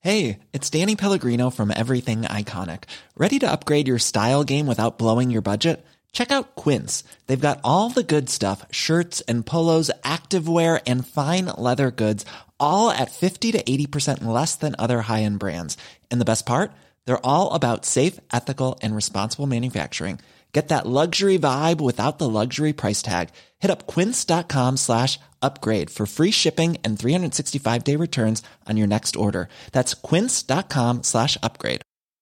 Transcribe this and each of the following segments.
Hey, it's Danny Pellegrino from Everything Iconic. Ready to upgrade your style game without blowing your budget? Check out Quince. They've got all the good stuff, shirts and polos, activewear, and fine leather goods, all at 50 to 80% less than other high-end brands. And the best part? They're all about safe, ethical, and responsible manufacturing. Get that luxury vibe without the luxury price tag. Hit up quince.com/upgrade for free shipping and 365-day returns on your next order. That's quince.com/upgrade.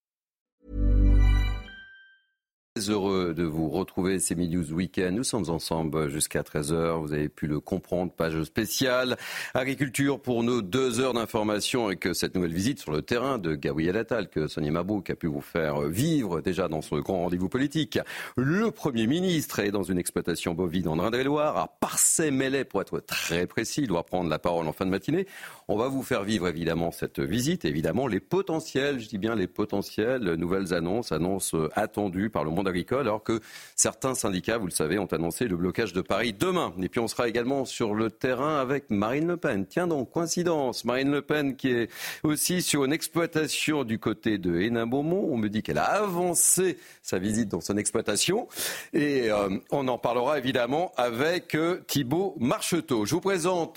Heureux de vous retrouver, c'est Midi News Weekend. Nous sommes ensemble jusqu'à 13h. Vous avez pu le comprendre, page spéciale agriculture pour nos 2 heures d'information avec cette nouvelle visite sur le terrain de Gabriel Attal que Sonia Mabrouk a pu vous faire vivre déjà dans ce grand rendez-vous politique. Le Premier ministre est dans une exploitation bovine en Indre-et-Loire, à Parçay-Mellay pour être très précis. Il doit prendre la parole en fin de matinée. On va vous faire vivre évidemment cette visite, évidemment les potentielles, je dis bien les potentielles nouvelles annonces attendues par le monde agricole, alors que certains syndicats, vous le savez, ont annoncé le blocage de Paris demain. Et puis on sera également sur le terrain avec Marine Le Pen. Tiens donc, coïncidence, Marine Le Pen qui est aussi sur une exploitation du côté de Hénin-Beaumont. On me dit qu'elle a avancé sa visite dans son exploitation. Et on en parlera évidemment avec Thibaut Marcheteau. Je vous présente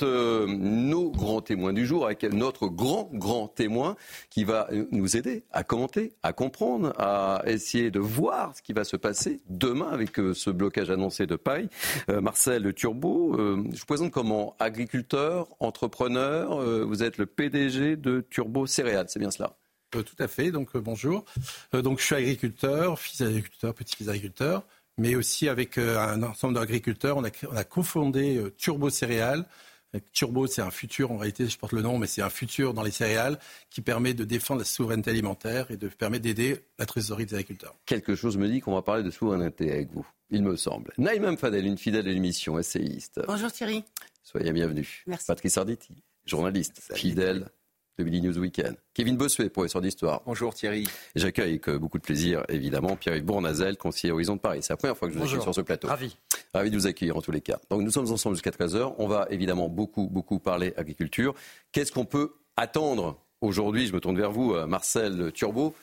nos grands témoins du jour avec notre grand témoin qui va nous aider à commenter, à comprendre, à essayer de voir ce qui va se passer demain avec ce blocage annoncé de Paris. Marcel Turbo, je vous présente comment agriculteur, entrepreneur, vous êtes le PDG de Turbo Céréales, c'est bien cela? Tout à fait, donc bonjour. Donc je suis agriculteur, fils d'agriculteur, petit-fils d'agriculteur, mais aussi avec un ensemble d'agriculteurs, on a cofondé Turbo Céréales. Turbo, c'est un futur, en réalité, je porte le nom, mais c'est un futur dans les céréales qui permet de défendre la souveraineté alimentaire et de permettre d'aider la trésorerie des agriculteurs. Quelque chose me dit qu'on va parler de souveraineté avec vous, il me semble. Naïma Mfadel, une fidèle de l'émission, essayiste. Bonjour Thierry. Soyez bienvenue. Merci. Patrice Arditi, journaliste, fidèle de Midi News Weekend. Kevin Bossuet, professeur d'histoire. Bonjour Thierry. Et j'accueille avec beaucoup de plaisir, évidemment, Pierre-Yves Bournazel, conseiller Horizon de Paris. C'est la première fois que je vous accueille sur ce plateau. Ravi de vous accueillir en tous les cas. Donc nous sommes ensemble jusqu'à 13h. On va évidemment beaucoup parler agriculture. Qu'est-ce qu'on peut attendre aujourd'hui? Je me tourne vers vous, Marcel Turbo.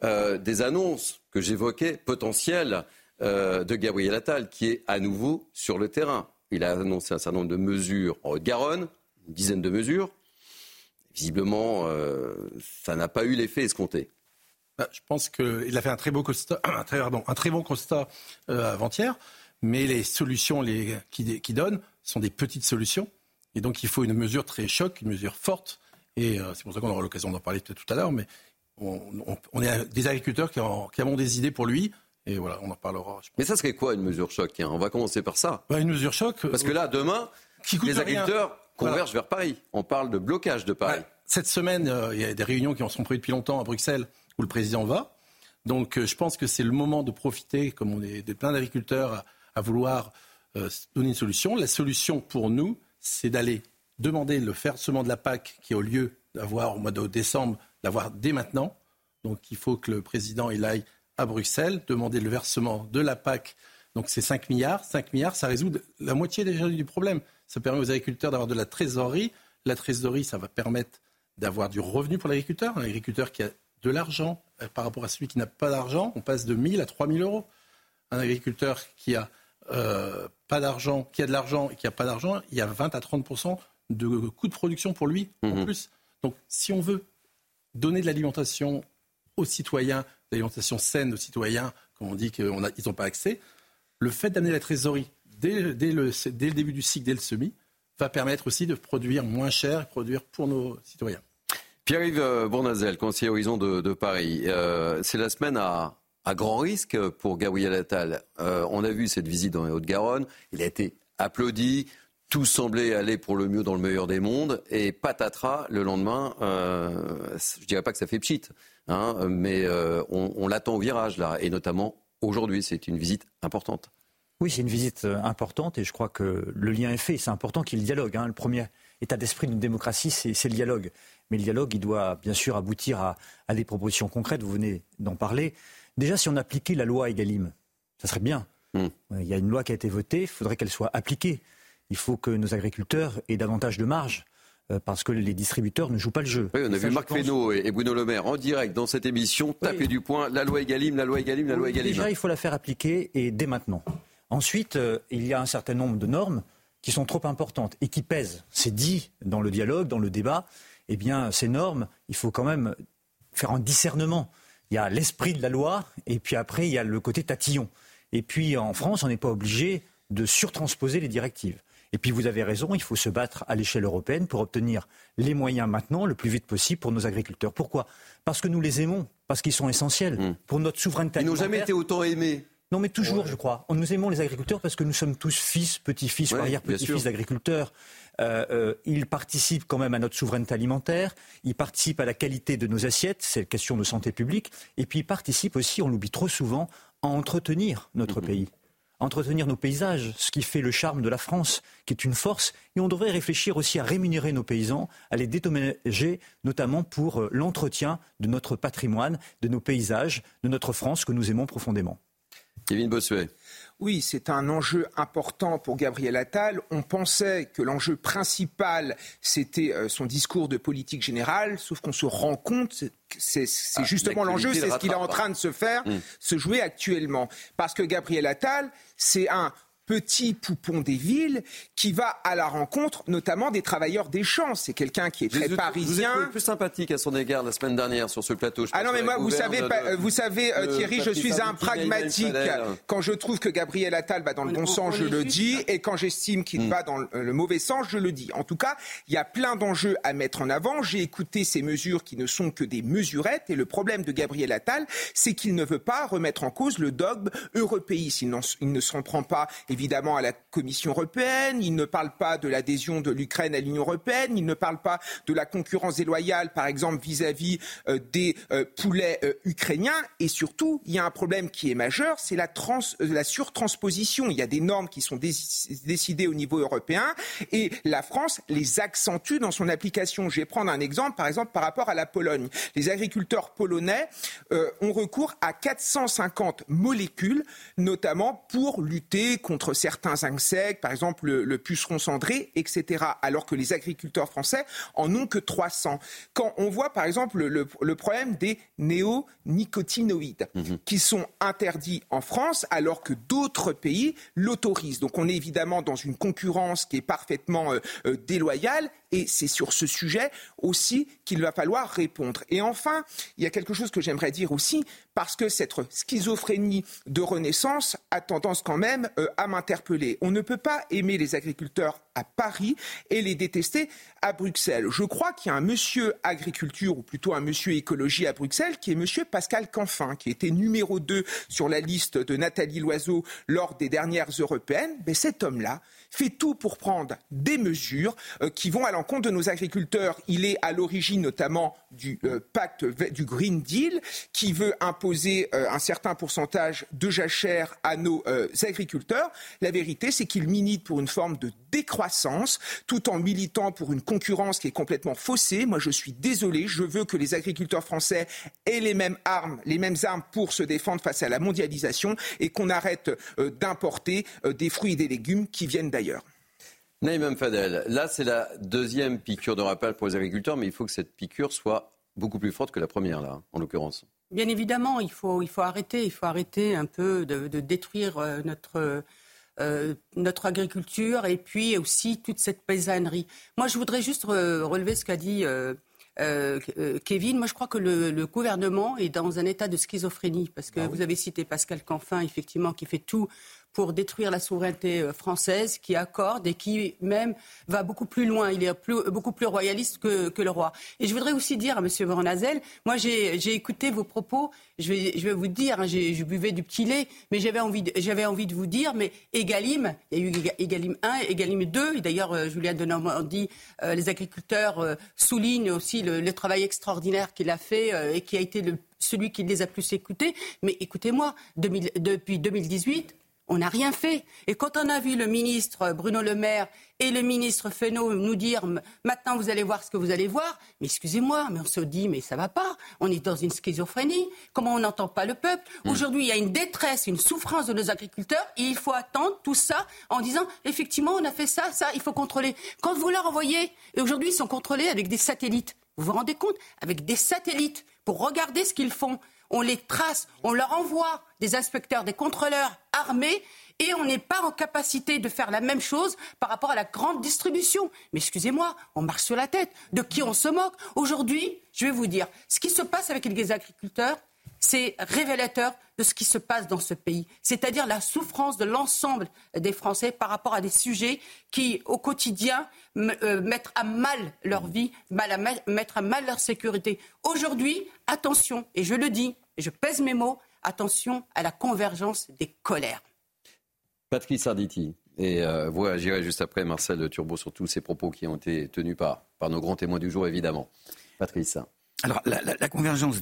Des annonces que j'évoquais, potentielles, de Gabriel Attal, qui est à nouveau sur le terrain. Il a annoncé un certain nombre de mesures en Haute-Garonne, une dizaine de mesures. Visiblement, ça n'a pas eu l'effet escompté. Je pense qu'il a fait un très bon constat avant-hier, mais les solutions qu'il donne sont des petites solutions. Et donc il faut une mesure très choc, une mesure forte. Et c'est pour ça qu'on aura l'occasion d'en parler peut-être tout à l'heure. Mais on est des agriculteurs qui avons des idées pour lui. Et voilà, on en parlera. Mais ça serait quoi une mesure choc? Tiens, on va commencer par ça. Une mesure choc. Parce que là, demain, les agriculteurs convergent vers Paris. On parle de blocage de Paris. Cette semaine, il y a des réunions qui en sont prévues depuis longtemps à Bruxelles où le président va. Donc je pense que c'est le moment de profiter, comme on est plein d'agriculteurs, à vouloir donner une solution. La solution pour nous, c'est d'aller demander le versement de la PAC qui, au lieu d'avoir au mois de décembre, d'avoir dès maintenant. Donc il faut que le président il aille à Bruxelles, demander le versement de la PAC. Donc c'est 5 milliards. 5 milliards, ça résout la moitié déjà du problème. Ça permet aux agriculteurs d'avoir de la trésorerie. La trésorerie, ça va permettre d'avoir du revenu pour l'agriculteur. Un agriculteur qui a de l'argent par rapport à celui qui n'a pas d'argent, on passe de 1 000 à 3 000 euros. Un agriculteur qui a pas d'argent, qui a de l'argent et qui n'a pas d'argent, il y a 20 à 30% de coûts de production pour lui en plus. Donc si on veut donner de l'alimentation aux citoyens, de l'alimentation saine aux citoyens, comme on dit qu'ils n'ont pas accès, le fait d'amener la trésorerie dès le début du cycle, dès le semis, va permettre aussi de produire moins cher et produire pour nos citoyens. Pierre-Yves Bournazel, conseiller Horizon de Paris. C'est la semaine à grand risque pour Gabriel Attal. On a vu cette visite dans les Hautes-Garonne. Il a été applaudi. Tout semblait aller pour le mieux dans le meilleur des mondes. Et patatras, le lendemain, je ne dirais pas que ça fait pchit, mais on l'attend au virage, là. Et notamment aujourd'hui, c'est une visite importante. Oui, c'est une visite importante et je crois que le lien est fait. C'est important qu'il y ait le dialogue. Le premier état d'esprit d'une démocratie, c'est le dialogue. Mais le dialogue, il doit bien sûr aboutir à des propositions concrètes. Vous venez d'en parler. Déjà, si on appliquait la loi Egalim, ça serait bien. Il y a une loi qui a été votée, il faudrait qu'elle soit appliquée. Il faut que nos agriculteurs aient davantage de marge parce que les distributeurs ne jouent pas le jeu. Oui, on a vu Marc Fesneau et Bruno Le Maire en direct dans cette émission taper du poing la loi Egalim, la loi Egalim, la loi Egalim. Déjà, il faut la faire appliquer et dès maintenant. Ensuite, il y a un certain nombre de normes qui sont trop importantes et qui pèsent. C'est dit dans le dialogue, dans le débat. Eh bien, ces normes, il faut quand même faire un discernement. Il y a l'esprit de la loi et puis après, il y a le côté tatillon. Et puis, en France, on n'est pas obligé de surtransposer les directives. Et puis, vous avez raison, il faut se battre à l'échelle européenne pour obtenir les moyens maintenant, le plus vite possible, pour nos agriculteurs. Pourquoi ? Parce que nous les aimons, parce qu'ils sont essentiels pour notre souveraineté alimentaire. Ils n'ont jamais été autant aimés. Non, mais toujours, je crois. Nous aimons les agriculteurs parce que nous sommes tous fils, petits-fils ou arrière-petits-fils d'agriculteurs. Ils participent quand même à notre souveraineté alimentaire. Ils participent à la qualité de nos assiettes. C'est une question de santé publique. Et puis, ils participent aussi, on l'oublie trop souvent, à entretenir notre pays. Entretenir nos paysages, ce qui fait le charme de la France, qui est une force. Et on devrait réfléchir aussi à rémunérer nos paysans, à les dédommager, notamment pour l'entretien de notre patrimoine, de nos paysages, de notre France que nous aimons profondément. Kevin Bossuet. Oui, c'est un enjeu important pour Gabriel Attal. On pensait que l'enjeu principal, c'était son discours de politique générale, sauf qu'on se rend compte, c'est justement l'enjeu, c'est ce qu'il est en train de se faire, se jouer actuellement. Parce que Gabriel Attal, c'est un petit poupon des villes qui va à la rencontre notamment des travailleurs des champs. C'est quelqu'un qui est très parisien. Vous êtes plus sympathique à son égard la semaine dernière sur ce plateau. Ah non mais moi vous savez Thierry, je suis un pragmatique. Quand je trouve que Gabriel Attal va dans le bon sens, je le dis, et quand j'estime qu'il va dans le mauvais sens, je le dis. En tout cas, il y a plein d'enjeux à mettre en avant. J'ai écouté ces mesures qui ne sont que des mesurettes, et le problème de Gabriel Attal, c'est qu'il ne veut pas remettre en cause le dogme européiste. Il ne s'en prend pas évidemment à la Commission européenne, il ne parle pas de l'adhésion de l'Ukraine à l'Union européenne, il ne parle pas de la concurrence déloyale, par exemple, vis-à-vis des poulets ukrainiens. Et surtout, il y a un problème qui est majeur, c'est la surtransposition. Il y a des normes qui sont décidées au niveau européen et la France les accentue dans son application. Je vais prendre un exemple, par rapport à la Pologne. Les agriculteurs polonais ont recours à 450 molécules, notamment pour lutter contre certains insectes, par exemple le puceron cendré, etc., alors que les agriculteurs français en ont que 300. Quand on voit, par exemple, le problème des néonicotinoïdes, qui sont interdits en France, alors que d'autres pays l'autorisent. Donc on est évidemment dans une concurrence qui est parfaitement déloyale, et c'est sur ce sujet aussi qu'il va falloir répondre. Et enfin, il y a quelque chose que j'aimerais dire aussi, parce que cette schizophrénie de Renaissance a tendance quand même à m'interpeller. On ne peut pas aimer les agriculteurs à Paris et les détester à Bruxelles. Je crois qu'il y a un monsieur agriculture, ou plutôt un monsieur écologie à Bruxelles, qui est monsieur Pascal Canfin, qui était numéro 2 sur la liste de Nathalie Loiseau lors des dernières européennes. Mais cet homme-là fait tout pour prendre des mesures qui vont à l'encontre de nos agriculteurs. Il est à l'origine notamment du pacte du Green Deal, qui veut imposer un certain pourcentage de jachère à nos agriculteurs. La vérité, c'est qu'il milite pour une forme de décroissance, tout en militant pour une concurrence qui est complètement faussée. Moi, je suis désolé, je veux que les agriculteurs français aient les mêmes armes pour se défendre face à la mondialisation, et qu'on arrête d'importer des fruits et des légumes qui viennent d'ailleurs. Naïm Fadel, là c'est la deuxième piqûre de rappel pour les agriculteurs, mais il faut que cette piqûre soit beaucoup plus forte que la première, là, en l'occurrence. Bien évidemment, il faut arrêter un peu de détruire notre agriculture, et puis aussi toute cette paysannerie. Moi, je voudrais juste relever ce qu'a dit Kevin. Moi, je crois que le gouvernement est dans un état de schizophrénie, parce que vous avez cité Pascal Canfin, effectivement, qui fait tout pour détruire la souveraineté française, qui accorde et qui même va beaucoup plus loin. Il est beaucoup plus royaliste que le roi. Et je voudrais aussi dire à M. Vernazelle, moi j'ai écouté vos propos, je vais vous dire, hein, je buvais du petit lait, mais j'avais envie de vous dire, mais Egalim, il y a eu Egalim 1, Egalim 2, et d'ailleurs Julien de Normandie, les agriculteurs soulignent aussi le travail extraordinaire qu'il a fait et qui a été celui qui les a plus écoutés. Mais écoutez-moi, depuis 2018, On n'a rien fait. Et quand on a vu le ministre Bruno Le Maire et le ministre Fesneau nous dire « Maintenant, vous allez voir ce que vous allez voir », mais excusez-moi, mais on se dit « Mais ça va pas, on est dans une schizophrénie. Comment on n'entend pas le peuple ?» Aujourd'hui, il y a une détresse, une souffrance de nos agriculteurs et il faut attendre tout ça en disant « Effectivement, on a fait ça, il faut contrôler. » Quand vous leur envoyez, et aujourd'hui, ils sont contrôlés avec des satellites. Vous vous rendez compte ? Avec des satellites pour regarder ce qu'ils font. On les trace, on leur envoie des inspecteurs, des contrôleurs armés et on n'est pas en capacité de faire la même chose par rapport à la grande distribution. Mais excusez-moi, on marche sur la tête. De qui on se moque ? Aujourd'hui, je vais vous dire, ce qui se passe avec les agriculteurs, c'est révélateur de ce qui se passe dans ce pays. C'est-à-dire la souffrance de l'ensemble des Français par rapport à des sujets qui, au quotidien, mettent à mal leur vie, mettent à mal leur sécurité. Aujourd'hui, attention, et je le dis, et je pèse mes mots, attention à la convergence des colères. Patrice Arditi, et vous réagirez juste après Marcel Turbo sur tous ces propos qui ont été tenus par nos grands témoins du jour, évidemment. Patrice. Alors, la convergence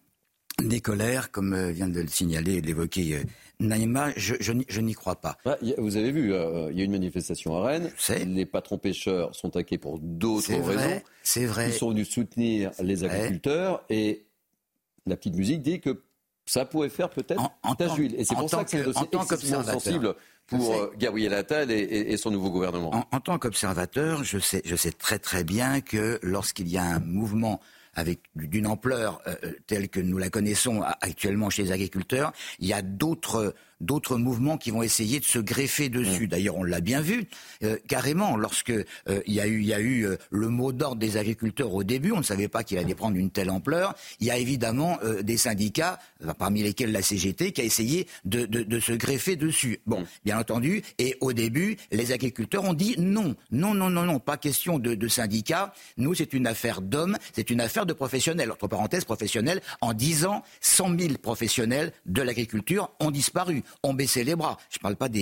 des colères, comme vient de le signaler et de l'évoquer Naïma, je n'y crois pas. Vous avez vu, il y a une manifestation à Rennes. Les patrons pêcheurs sont attaqués pour d'autres raisons. C'est vrai. Ils sont venus soutenir les agriculteurs et la petite musique dit que ça pourrait faire peut-être tache d'huile. Et c'est pour ça que c'est un dossier extrêmement sensible pour Gabriel Attal et son nouveau gouvernement. En tant qu'observateur, je sais très très bien que lorsqu'il y a un mouvement avec d'une ampleur telle que nous la connaissons actuellement chez les agriculteurs, il y a d'autres mouvements qui vont essayer de se greffer dessus. D'ailleurs, on l'a bien vu, carrément, lorsque il y a eu le mot d'ordre des agriculteurs au début, on ne savait pas qu'il allait prendre une telle ampleur. Il y a évidemment des syndicats, parmi lesquels la CGT, qui a essayé de se greffer dessus. Bon, bien entendu, et au début, les agriculteurs ont dit non, pas question de syndicats. Nous, c'est une affaire d'hommes, c'est une affaire de professionnels. Entre parenthèses, professionnels, en 10 ans, 100 000 professionnels de l'agriculture ont disparu. Ont baissé les bras. Je parle pas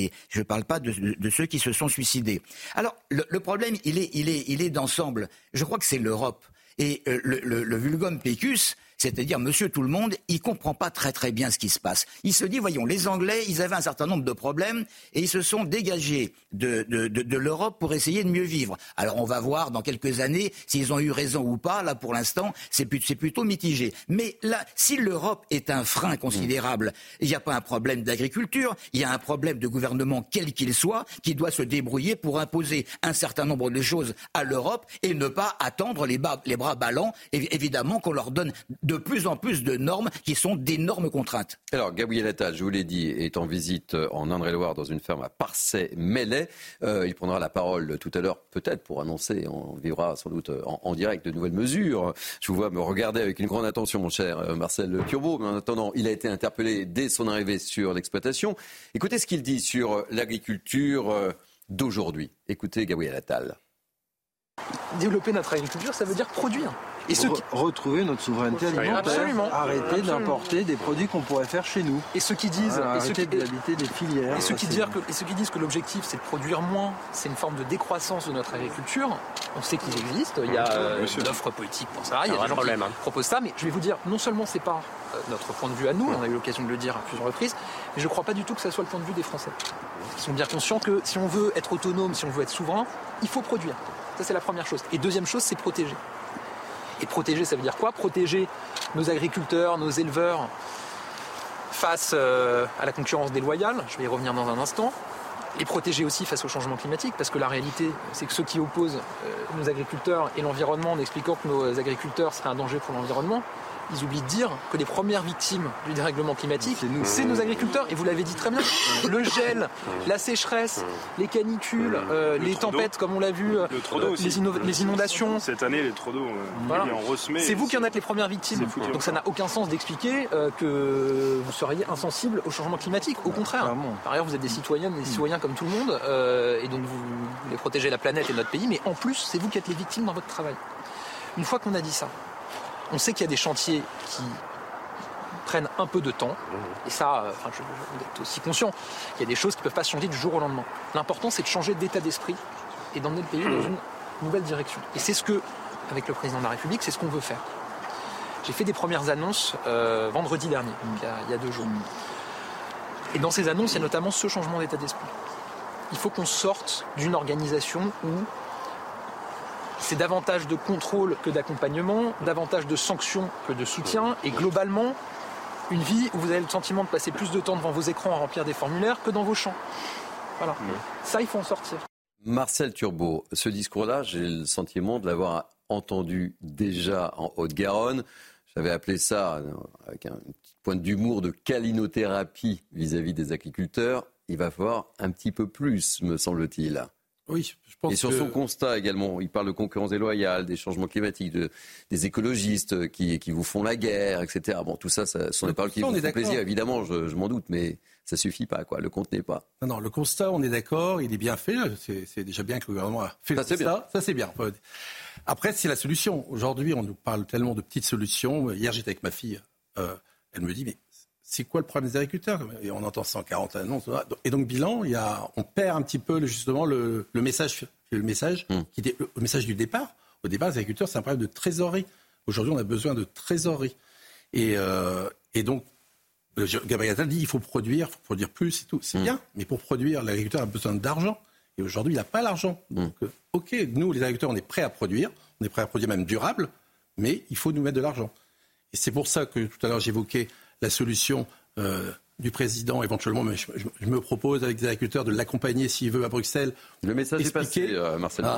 de ceux qui se sont suicidés. Alors, le problème, il est d'ensemble. Je crois que c'est l'Europe. Et le vulgum pecus, c'est-à-dire monsieur tout le monde, il comprend pas très très bien ce qui se passe. Il se dit, voyons, les Anglais, ils avaient un certain nombre de problèmes et ils se sont dégagés de l'Europe pour essayer de mieux vivre. Alors on va voir dans quelques années s'ils ont eu raison ou pas. Là, pour l'instant, c'est plutôt mitigé. Mais là, si l'Europe est un frein considérable, il n'y a pas un problème d'agriculture, il y a un problème de gouvernement quel qu'il soit qui doit se débrouiller pour imposer un certain nombre de choses à l'Europe et ne pas attendre les bras ballants, évidemment, qu'on leur donne de plus en plus de normes qui sont d'énormes contraintes. Alors, Gabriel Attal, je vous l'ai dit, est en visite en Indre-et-Loire dans une ferme à Parçay-Melay. Il prendra la parole tout à l'heure, peut-être pour annoncer, on vivra sans doute en direct de nouvelles mesures. Je vous vois me regarder avec une grande attention, mon cher Marcel Turbo. Mais en attendant, il a été interpellé dès son arrivée sur l'exploitation. Écoutez ce qu'il dit sur l'agriculture d'aujourd'hui. Écoutez Gabriel Attal. Développer notre agriculture, ça veut dire produire. Et retrouver notre souveraineté alimentaire, absolument. Arrêter d'importer des produits qu'on pourrait faire chez nous. Et ceux qui disent, arrêter d'habiter des filières. Et ceux qui disent que l'objectif c'est de produire moins, c'est une forme de décroissance de notre agriculture. On sait qu'ils existent. Il y a une offre politique pour ça. Il y a des gens qui proposent ça. Mais je vais vous dire, non seulement c'est pas notre point de vue à nous, on a eu l'occasion de le dire à plusieurs reprises, mais je ne crois pas du tout que ça soit le point de vue des Français. Ils sont bien conscients que si on veut être autonome, si on veut être souverain, il faut produire. Ça c'est la première chose. Et deuxième chose, c'est protéger. Et protéger, ça veut dire quoi ? Protéger nos agriculteurs, nos éleveurs face à la concurrence déloyale, je vais y revenir dans un instant, et protéger aussi face au changement climatique, parce que la réalité, c'est que ceux qui opposent nos agriculteurs et l'environnement en expliquant que nos agriculteurs seraient un danger pour l'environnement, ils oublient de dire que les premières victimes du dérèglement climatique, c'est nos agriculteurs. Et vous l'avez dit très bien, le gel, la sécheresse, les canicules, les tempêtes, comme on l'a vu, les inondations. Cette année, les trop d'eau, en ressemé. C'est vous qui en êtes les premières victimes. Donc ça n'a aucun sens d'expliquer que vous seriez insensibles au changement climatique. Au contraire. Par ailleurs, vous êtes des citoyennes et des citoyens comme tout le monde, et donc vous voulez protéger la planète et notre pays, mais en plus, c'est vous qui êtes les victimes dans votre travail. Une fois qu'on a dit ça, on sait qu'il y a des chantiers qui prennent un peu de temps. Et ça, vous êtes aussi conscient qu'il y a des choses qui ne peuvent pas se changer du jour au lendemain. L'important, c'est de changer d'état d'esprit et d'emmener le pays dans une nouvelle direction. Et c'est ce que, avec le président de la République, c'est ce qu'on veut faire. J'ai fait des premières annonces vendredi dernier, donc il y a 2 jours. Et dans ces annonces, il y a notamment ce changement d'état d'esprit. Il faut qu'on sorte d'une organisation où c'est davantage de contrôle que d'accompagnement, davantage de sanctions que de soutien, et globalement, une vie où vous avez le sentiment de passer plus de temps devant vos écrans à remplir des formulaires que dans vos champs. Voilà. Ça, il faut en sortir. Marcel Turbo, ce discours-là, j'ai le sentiment de l'avoir entendu déjà en Haute-Garonne. J'avais appelé ça, avec une petite pointe d'humour, de câlinothérapie vis-à-vis des agriculteurs. Il va falloir un petit peu plus, me semble-t-il. Oui, je pense. Et sur son constat également, il parle de concurrence déloyale, des changements climatiques, des écologistes qui vous font la guerre, etc. Bon, tout ça, ce sont des paroles qui vous font plaisir, évidemment, je m'en doute, mais ça suffit pas, quoi. Le compte n'est pas. Non, le constat, on est d'accord, il est bien fait. C'est déjà bien que le gouvernement a fait le constat. Ça, c'est bien. Après, c'est la solution. Aujourd'hui, on nous parle tellement de petites solutions. Hier, j'étais avec ma fille. Elle me dit, mais c'est quoi le problème des agriculteurs ? Et on entend 140 annonces. Et donc, bilan, on perd un petit peu justement le message du départ. Au départ, les agriculteurs, c'est un problème de trésorerie. Aujourd'hui, on a besoin de trésorerie. Et donc, Gabriel Attal dit il faut produire plus et tout. C'est bien, mais pour produire, l'agriculteur a besoin d'argent. Et aujourd'hui, il n'a pas l'argent. Donc, OK, nous, les agriculteurs, on est prêts à produire. On est prêts à produire même durable, mais il faut nous mettre de l'argent. Et c'est pour ça que tout à l'heure, j'évoquais la solution du président, éventuellement, mais je me propose avec les agriculteurs de l'accompagner s'il veut à Bruxelles. Le message est passé, Marcel.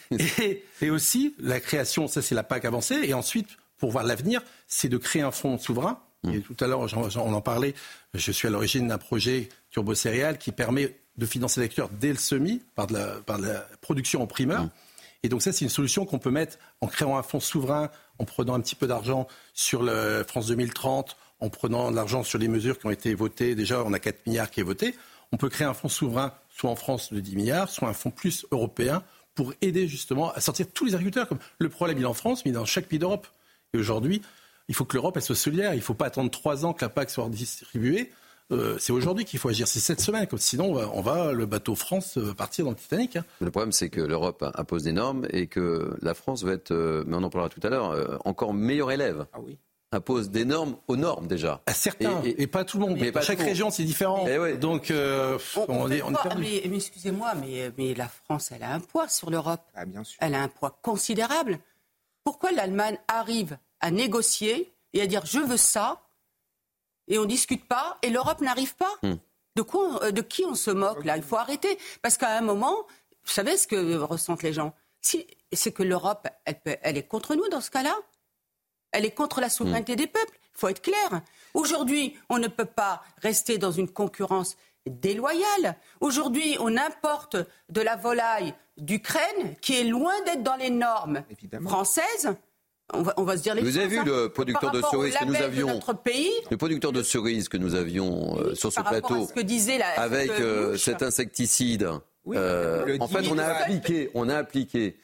Et aussi, la création, ça c'est la PAC avancée, et ensuite, pour voir l'avenir, c'est de créer un fonds souverain. Et tout à l'heure, on en parlait, je suis à l'origine d'un projet turbo-céréales qui permet de financer l'agriculteur dès le semis, par de la production en primeur. Et donc ça, c'est une solution qu'on peut mettre en créant un fonds souverain, en prenant un petit peu d'argent sur le France 2030, en prenant de l'argent sur les mesures qui ont été votées. Déjà, on a 4 milliards qui est voté. On peut créer un fonds souverain, soit en France de 10 milliards, soit un fonds plus européen, pour aider justement à sortir tous les agriculteurs. Comme le problème, il est en France, mais il est dans chaque pays d'Europe. Et aujourd'hui, il faut que l'Europe elle soit solidaire. Il ne faut pas attendre 3 ans que la PAC soit redistribuée. C'est aujourd'hui qu'il faut agir. C'est cette semaine. Sinon, le bateau France partir dans le Titanic. Le problème, c'est que l'Europe impose des normes et que la France va être, mais on en parlera tout à l'heure, encore meilleur élève. Ah oui. Impose des normes aux normes déjà. À certains, et pas tout le monde. Mais chaque région, c'est différent. Ouais. Donc, on est perdu. Mais excusez-moi, mais la France, elle a un poids sur l'Europe. Ah, bien sûr. Elle a un poids considérable. Pourquoi l'Allemagne arrive à négocier et à dire « je veux ça » et on ne discute pas, et l'Europe n'arrive pas. De qui on se moque, là ? Il faut arrêter. Parce qu'à un moment, vous savez ce que ressentent les gens ? C'est que l'Europe, elle est contre nous dans ce cas-là. Elle est contre la souveraineté des peuples. Il faut être clair. Aujourd'hui, on ne peut pas rester dans une concurrence déloyale. Aujourd'hui, on importe de la volaille d'Ukraine, qui est loin d'être dans les normes françaises. On va se dire les Vous avez vu le producteur de cerises que nous avions, le producteur de cerises que nous avions sur ce plateau, avec cet insecticide. En fait, on a appliqué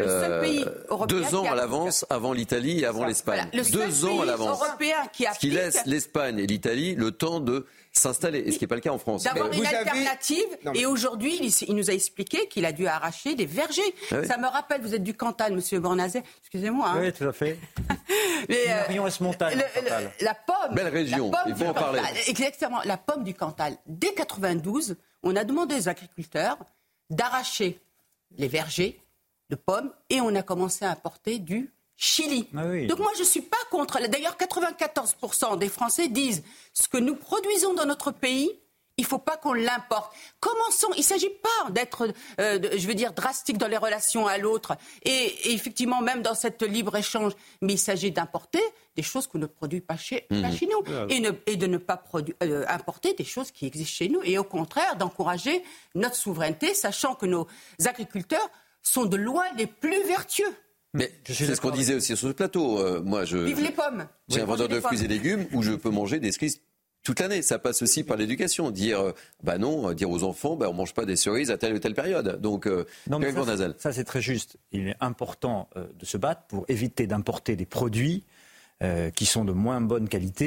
2 ans à l'avance avant l'Italie et avant l'Espagne. 2 ans à l'avance. Ce qui laisse l'Espagne et l'Italie le temps de s'installer, et ce qui n'est pas le cas en France. D'avoir une alternative, et aujourd'hui, il nous a expliqué qu'il a dû arracher des vergers. Ça me rappelle, vous êtes du Cantal, monsieur Bornazet, excusez-moi. Hein. Oui, tout à fait. Une région est-montagne. La pomme. Belle région, il faut en parler. Exactement, la pomme du Cantal. Dès 92, on a demandé aux agriculteurs d'arracher les vergers de pommes, et on a commencé à importer du Chili. Ah oui. Donc moi, je ne suis pas contre. D'ailleurs, 94% des Français disent ce que nous produisons dans notre pays, il ne faut pas qu'on l'importe. Commençons. Il ne s'agit pas d'être, drastique dans les relations à l'autre. Et effectivement, même dans cette libre-échange, mais il s'agit d'importer des choses qu'on ne produit pas chez nous. Et de ne pas importer des choses qui existent chez nous. Et au contraire, d'encourager notre souveraineté, sachant que nos agriculteurs sont de loin les plus vertueux. Mais c'est ce qu'on disait aussi sur ce plateau. Vive les pommes. J'ai un vendeur de fruits et légumes où je peux manger des cerises toute l'année. Ça passe aussi par l'éducation. Dire aux enfants, on ne mange pas des cerises à telle ou telle période. Donc, ça c'est très juste. Il est important de se battre pour éviter d'importer des produits qui sont de moins bonne qualité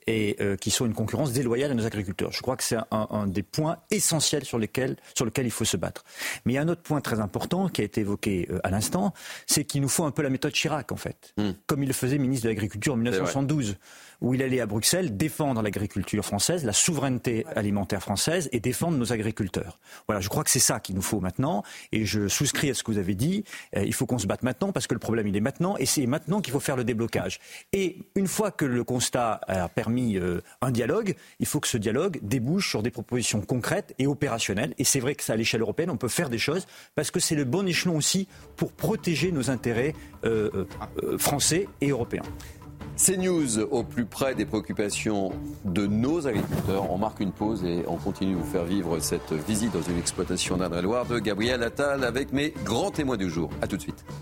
et qui sont une concurrence déloyale à nos agriculteurs. Je crois que c'est un des points essentiels sur lequel il faut se battre. Mais il y a un autre point très important qui a été évoqué à l'instant, c'est qu'il nous faut un peu la méthode Chirac en fait, comme il le faisait ministre de l'Agriculture en 1972, où il allait à Bruxelles défendre l'agriculture française, la souveraineté alimentaire française et défendre nos agriculteurs. Voilà, je crois que c'est ça qu'il nous faut maintenant et je souscris à ce que vous avez dit. Il faut qu'on se batte maintenant parce que le problème il est maintenant et c'est maintenant qu'il faut faire le déblocage. Et une fois que le constat a permis un dialogue, il faut que ce dialogue débouche sur des propositions concrètes et opérationnelles. Et c'est vrai que ça, à l'échelle européenne, on peut faire des choses parce que c'est le bon échelon aussi pour protéger nos intérêts français et européens. CNews au plus près des préoccupations de nos agriculteurs. On marque une pause et on continue de vous faire vivre cette visite dans une exploitation d'Indre-et-Loire de Gabriel Attal avec mes grands témoins du jour. A tout de suite.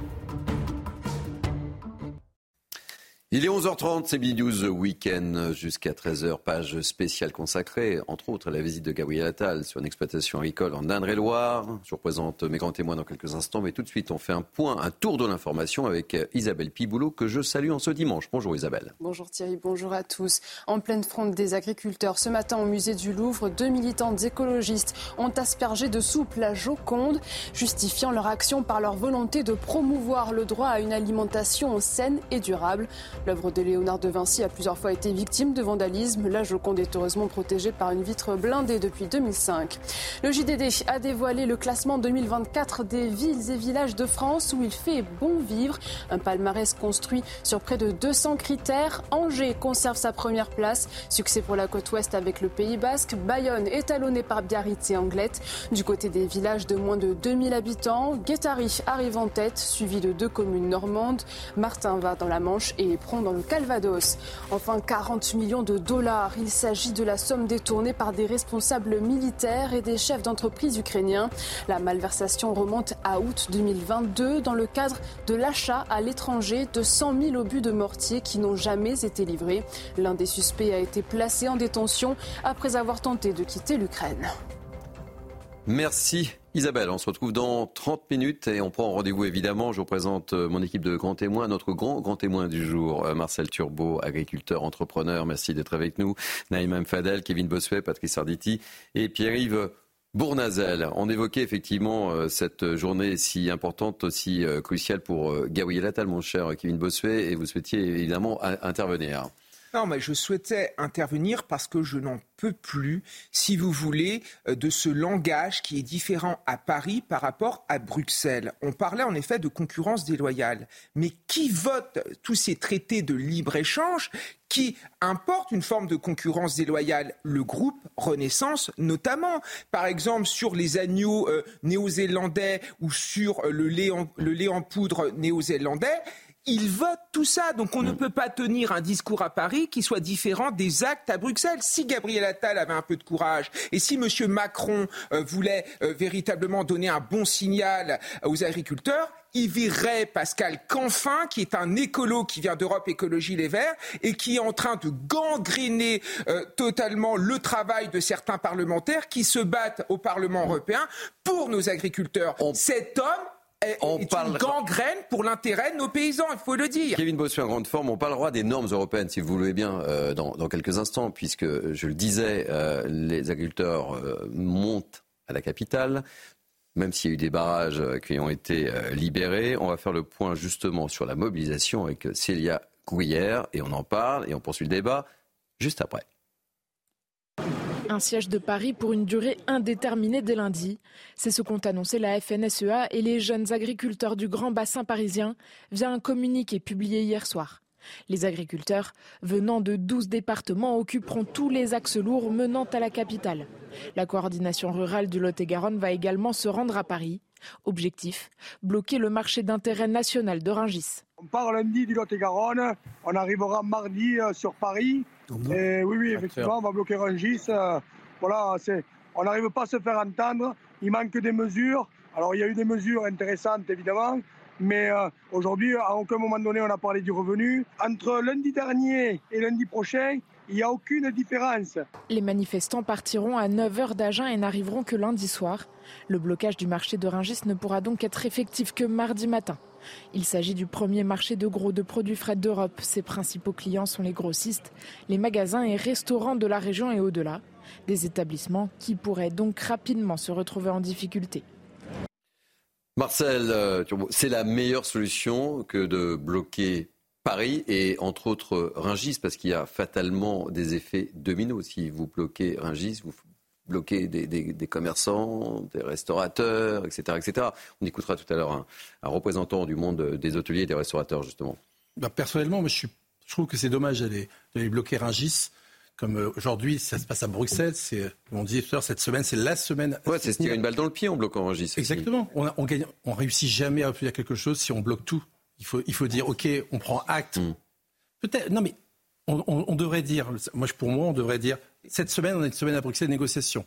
Il est 11h30, c'est Midi News Week-end jusqu'à 13h, page spéciale consacrée, entre autres, à la visite de Gabriel Attal sur une exploitation agricole en Indre-et-Loire. Je vous représente mes grands témoins dans quelques instants, mais tout de suite, on fait un tour de l'information avec Isabelle Piboulot, que je salue en ce dimanche. Bonjour Isabelle. Bonjour Thierry, bonjour à tous. En pleine fronde des agriculteurs, ce matin au musée du Louvre, 2 militantes écologistes ont aspergé de soupe la Joconde, justifiant leur action par leur volonté de promouvoir le droit à une alimentation saine et durable. L'œuvre de Léonard de Vinci a plusieurs fois été victime de vandalisme. La Joconde est heureusement protégée par une vitre blindée depuis 2005. Le JDD a dévoilé le classement 2024 des villes et villages de France où il fait bon vivre. Un palmarès construit sur près de 200 critères. Angers conserve sa première place. Succès pour la côte ouest avec le Pays Basque. Bayonne est talonné par Biarritz et Anglet. Du côté des villages de moins de 2000 habitants, Guétary arrive en tête, suivi de 2 communes normandes. Martinvat dans la Manche et Éperon dans le Calvados. Enfin, 40 millions de dollars. Il s'agit de la somme détournée par des responsables militaires et des chefs d'entreprise ukrainiens. La malversation remonte à août 2022 dans le cadre de l'achat à l'étranger de 100 000 obus de mortier qui n'ont jamais été livrés. L'un des suspects a été placé en détention après avoir tenté de quitter l'Ukraine. Merci Isabelle, on se retrouve dans 30 minutes et on prend rendez-vous évidemment. Je vous présente mon équipe de grands témoins, notre grand témoin du jour, Marcel Turbo, agriculteur, entrepreneur. Merci d'être avec nous. Naïma Mfadel, Kevin Bossuet, Patrice Arditi et Pierre-Yves Bournazel. On évoquait effectivement cette journée si importante, aussi cruciale pour Gabriel Attal, mon cher Kevin Bossuet, et vous souhaitiez évidemment intervenir. Non, mais je souhaitais intervenir parce que je n'en peux plus, si vous voulez, de ce langage qui est différent à Paris par rapport à Bruxelles. On parlait en effet de concurrence déloyale. Mais qui vote tous ces traités de libre-échange qui importent une forme de concurrence déloyale? Le groupe Renaissance notamment. Par exemple, sur les agneaux néo-zélandais ou sur le lait en poudre néo-zélandais, ils votent tout ça. Donc on ne peut pas tenir un discours à Paris qui soit différent des actes à Bruxelles. Si Gabriel Attal avait un peu de courage et si M. Macron voulait véritablement donner un bon signal aux agriculteurs, il virerait Pascal Canfin, qui est un écolo qui vient d'Europe Écologie Les Verts et qui est en train de gangréner totalement le travail de certains parlementaires qui se battent au Parlement européen pour nos agriculteurs. Cet homme est une gangrène pour l'intérêt de nos paysans, il faut le dire. Kevin Bossuet en grande forme, on parlera des normes européennes, si vous le voulez bien, dans quelques instants, puisque, je le disais, les agriculteurs montent à la capitale, même s'il y a eu des barrages qui ont été libérés. On va faire le point justement sur la mobilisation avec Célia Couillère, et on en parle, et on poursuit le débat juste après. Un siège de Paris pour une durée indéterminée dès lundi. C'est ce qu'ont annoncé la FNSEA et les jeunes agriculteurs du Grand Bassin parisien via un communiqué publié hier soir. Les agriculteurs venant de 12 départements occuperont tous les axes lourds menant à la capitale. La coordination rurale du Lot-et-Garonne va également se rendre à Paris. Objectif, bloquer le marché d'intérêt national de Rungis. On part lundi du Lot-et-Garonne, on arrivera mardi sur Paris. Et oui, effectivement, on va bloquer Rungis. Voilà, on n'arrive pas à se faire entendre, il manque des mesures. Alors il y a eu des mesures intéressantes évidemment, mais aujourd'hui, à aucun moment donné, on a parlé du revenu. Entre lundi dernier et lundi prochain, il n'y a aucune différence. Les manifestants partiront à 9h d'Agen et n'arriveront que lundi soir. Le blocage du marché de Rungis ne pourra donc être effectif que mardi matin. Il s'agit du premier marché de gros de produits frais d'Europe. Ses principaux clients sont les grossistes, les magasins et restaurants de la région et au-delà. Des établissements qui pourraient donc rapidement se retrouver en difficulté. Marcel, c'est la meilleure solution que de bloquer Paris et entre autres Rungis, parce qu'il y a fatalement des effets dominos. Si vous bloquez Rungis, vous bloquez des commerçants, des restaurateurs, etc., etc. On écoutera tout à l'heure un représentant du monde des hôteliers et des restaurateurs, justement. Personnellement, moi, je trouve que c'est dommage d'aller bloquer Rungis. Comme aujourd'hui, ça se passe à Bruxelles. On disait tout à l'heure, cette semaine, c'est la semaine. Ouais, c'est se tirer une balle dans le pied en bloquant Rungis. Exactement. On réussit jamais à obtenir quelque chose si on bloque tout. Il faut dire, OK, on prend acte. Peut-être. Non, mais on devrait dire. Pour moi, on devrait dire. Cette semaine, on a une semaine à Bruxelles de négociation.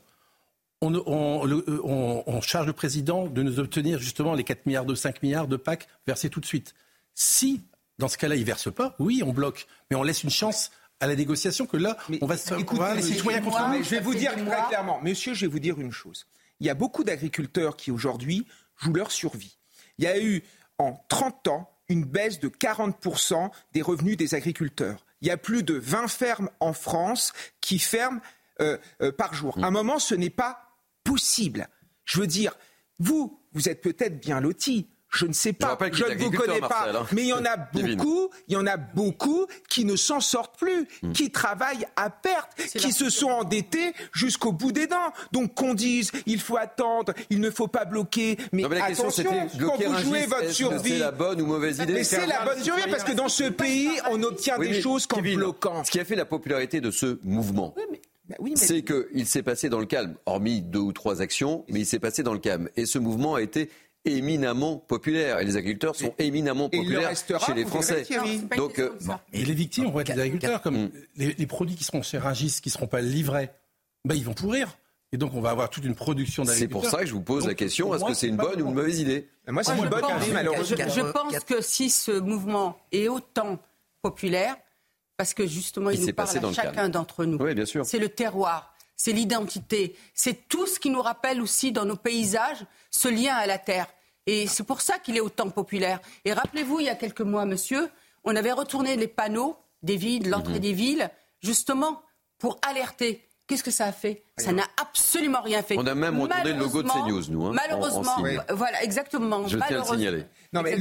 On charge le président de nous obtenir justement les 4 milliards 5 milliards de PAC versés tout de suite. Si, dans ce cas-là, il ne verse pas, oui, on bloque. Mais on laisse une chance à la négociation que là, on va se... Écoutez, les citoyens contre nous. Je vais vous dire très clairement, monsieur, je vais vous dire une chose. Il y a beaucoup d'agriculteurs qui, aujourd'hui, jouent leur survie. Il y a eu, en 30 ans, une baisse de 40% des revenus des agriculteurs. Il y a plus de 20 fermes en France qui ferment par jour. À un moment, ce n'est pas possible. Je veux dire, vous êtes peut-être bien lotis. Je ne sais pas, je ne vous connais pas, Marcel, mais il y en a beaucoup qui ne s'en sortent plus, qui travaillent à perte, qui se sont endettés jusqu'au bout des dents. Donc qu'on dise, il faut attendre, il ne faut pas bloquer, mais attention, quand vous jouez votre survie, c'est la bonne ou mauvaise idée. Mais c'est la bonne survie, parce que dans ce pays, on obtient des choses qu'en bloquant. Ce qui a fait la popularité de ce mouvement, c'est qu'il s'est passé dans le calme, hormis 2 ou 3 actions, mais il s'est passé dans le calme. Et ce mouvement a été éminemment populaire et les agriculteurs sont éminemment populaires chez les Français. Donc, et les victimes vont être les agriculteurs, comme les produits qui seront chez Rungis, qui ne seront pas livrés, ils vont pourrir. Et donc on va avoir toute une production d'agriculteurs. C'est pour ça que je vous pose la question, est-ce que c'est une bonne ou une mauvaise idée ? Moi, c'est une bonne idée, malheureusement. Je pense que si ce mouvement est autant populaire, parce que justement il nous parle à chacun d'entre nous, oui, bien sûr. C'est le terroir. C'est l'identité, c'est tout ce qui nous rappelle aussi dans nos paysages ce lien à la terre. Et c'est pour ça qu'il est autant populaire. Et rappelez-vous, il y a quelques mois, monsieur, on avait retourné les panneaux des villes, l'entrée des villes, justement pour alerter. Qu'est-ce que ça a fait ? Ça n'a absolument rien fait. On a même retourné le logo de CNews, nous. Malheureusement, voilà, exactement. Je tiens à le signaler. Non, mais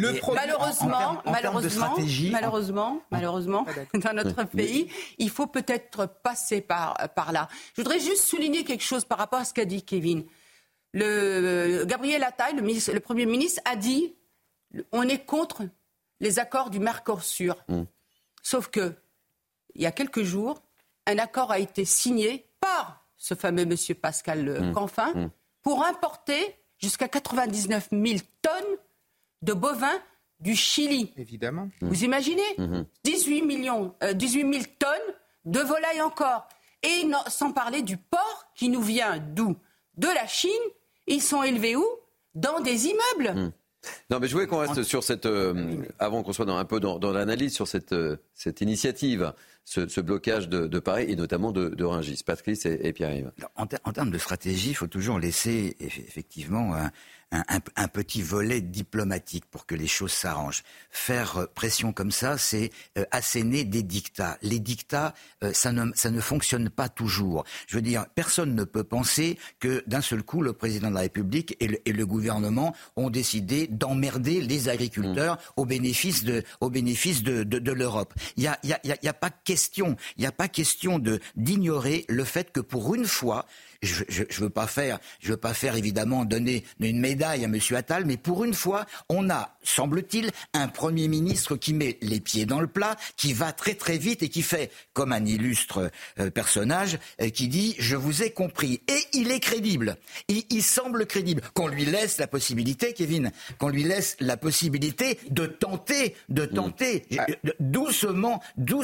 malheureusement, dans notre pays, il faut peut-être passer par là. Je voudrais juste souligner quelque chose par rapport à ce qu'a dit Kevin. Gabriel Attal, le Premier ministre, a dit on est contre les accords du Mercosur. Sauf que, il y a quelques jours, un accord a été signé par ce fameux monsieur Pascal Canfin pour importer jusqu'à 99 000 tonnes de bovins du Chili. Évidemment. Vous imaginez 18 000 tonnes de volailles encore. Et sans parler du porc qui nous vient d'où ? De la Chine. Ils sont élevés où ? Dans des immeubles. Non, mais je voulais qu'on reste sur cette... avant qu'on soit un peu dans l'analyse sur cette initiative, ce blocage de Paris et notamment de Rungis. Patrice et Pierre-Yves. En termes de stratégie, il faut toujours laisser effectivement un petit volet diplomatique pour que les choses s'arrangent. Faire pression comme ça, c'est asséner des dictats. Les dictats, ça ne fonctionne pas toujours. Je veux dire, personne ne peut penser que d'un seul coup, le président de la République et le gouvernement ont décidé d'emmerder les agriculteurs au bénéfice de l'Europe. Il y a pas question d'ignorer le fait que pour une fois, je veux pas faire évidemment donner une médaille à M. Attal, mais pour une fois, on a, semble-t-il, un Premier ministre qui met les pieds dans le plat, qui va très très vite et qui fait, comme un illustre personnage, qui dit « je vous ai compris ». Et il est crédible. Il semble crédible. Qu'on lui laisse la possibilité, Kevin, qu'on lui laisse la possibilité de tenter, doucement,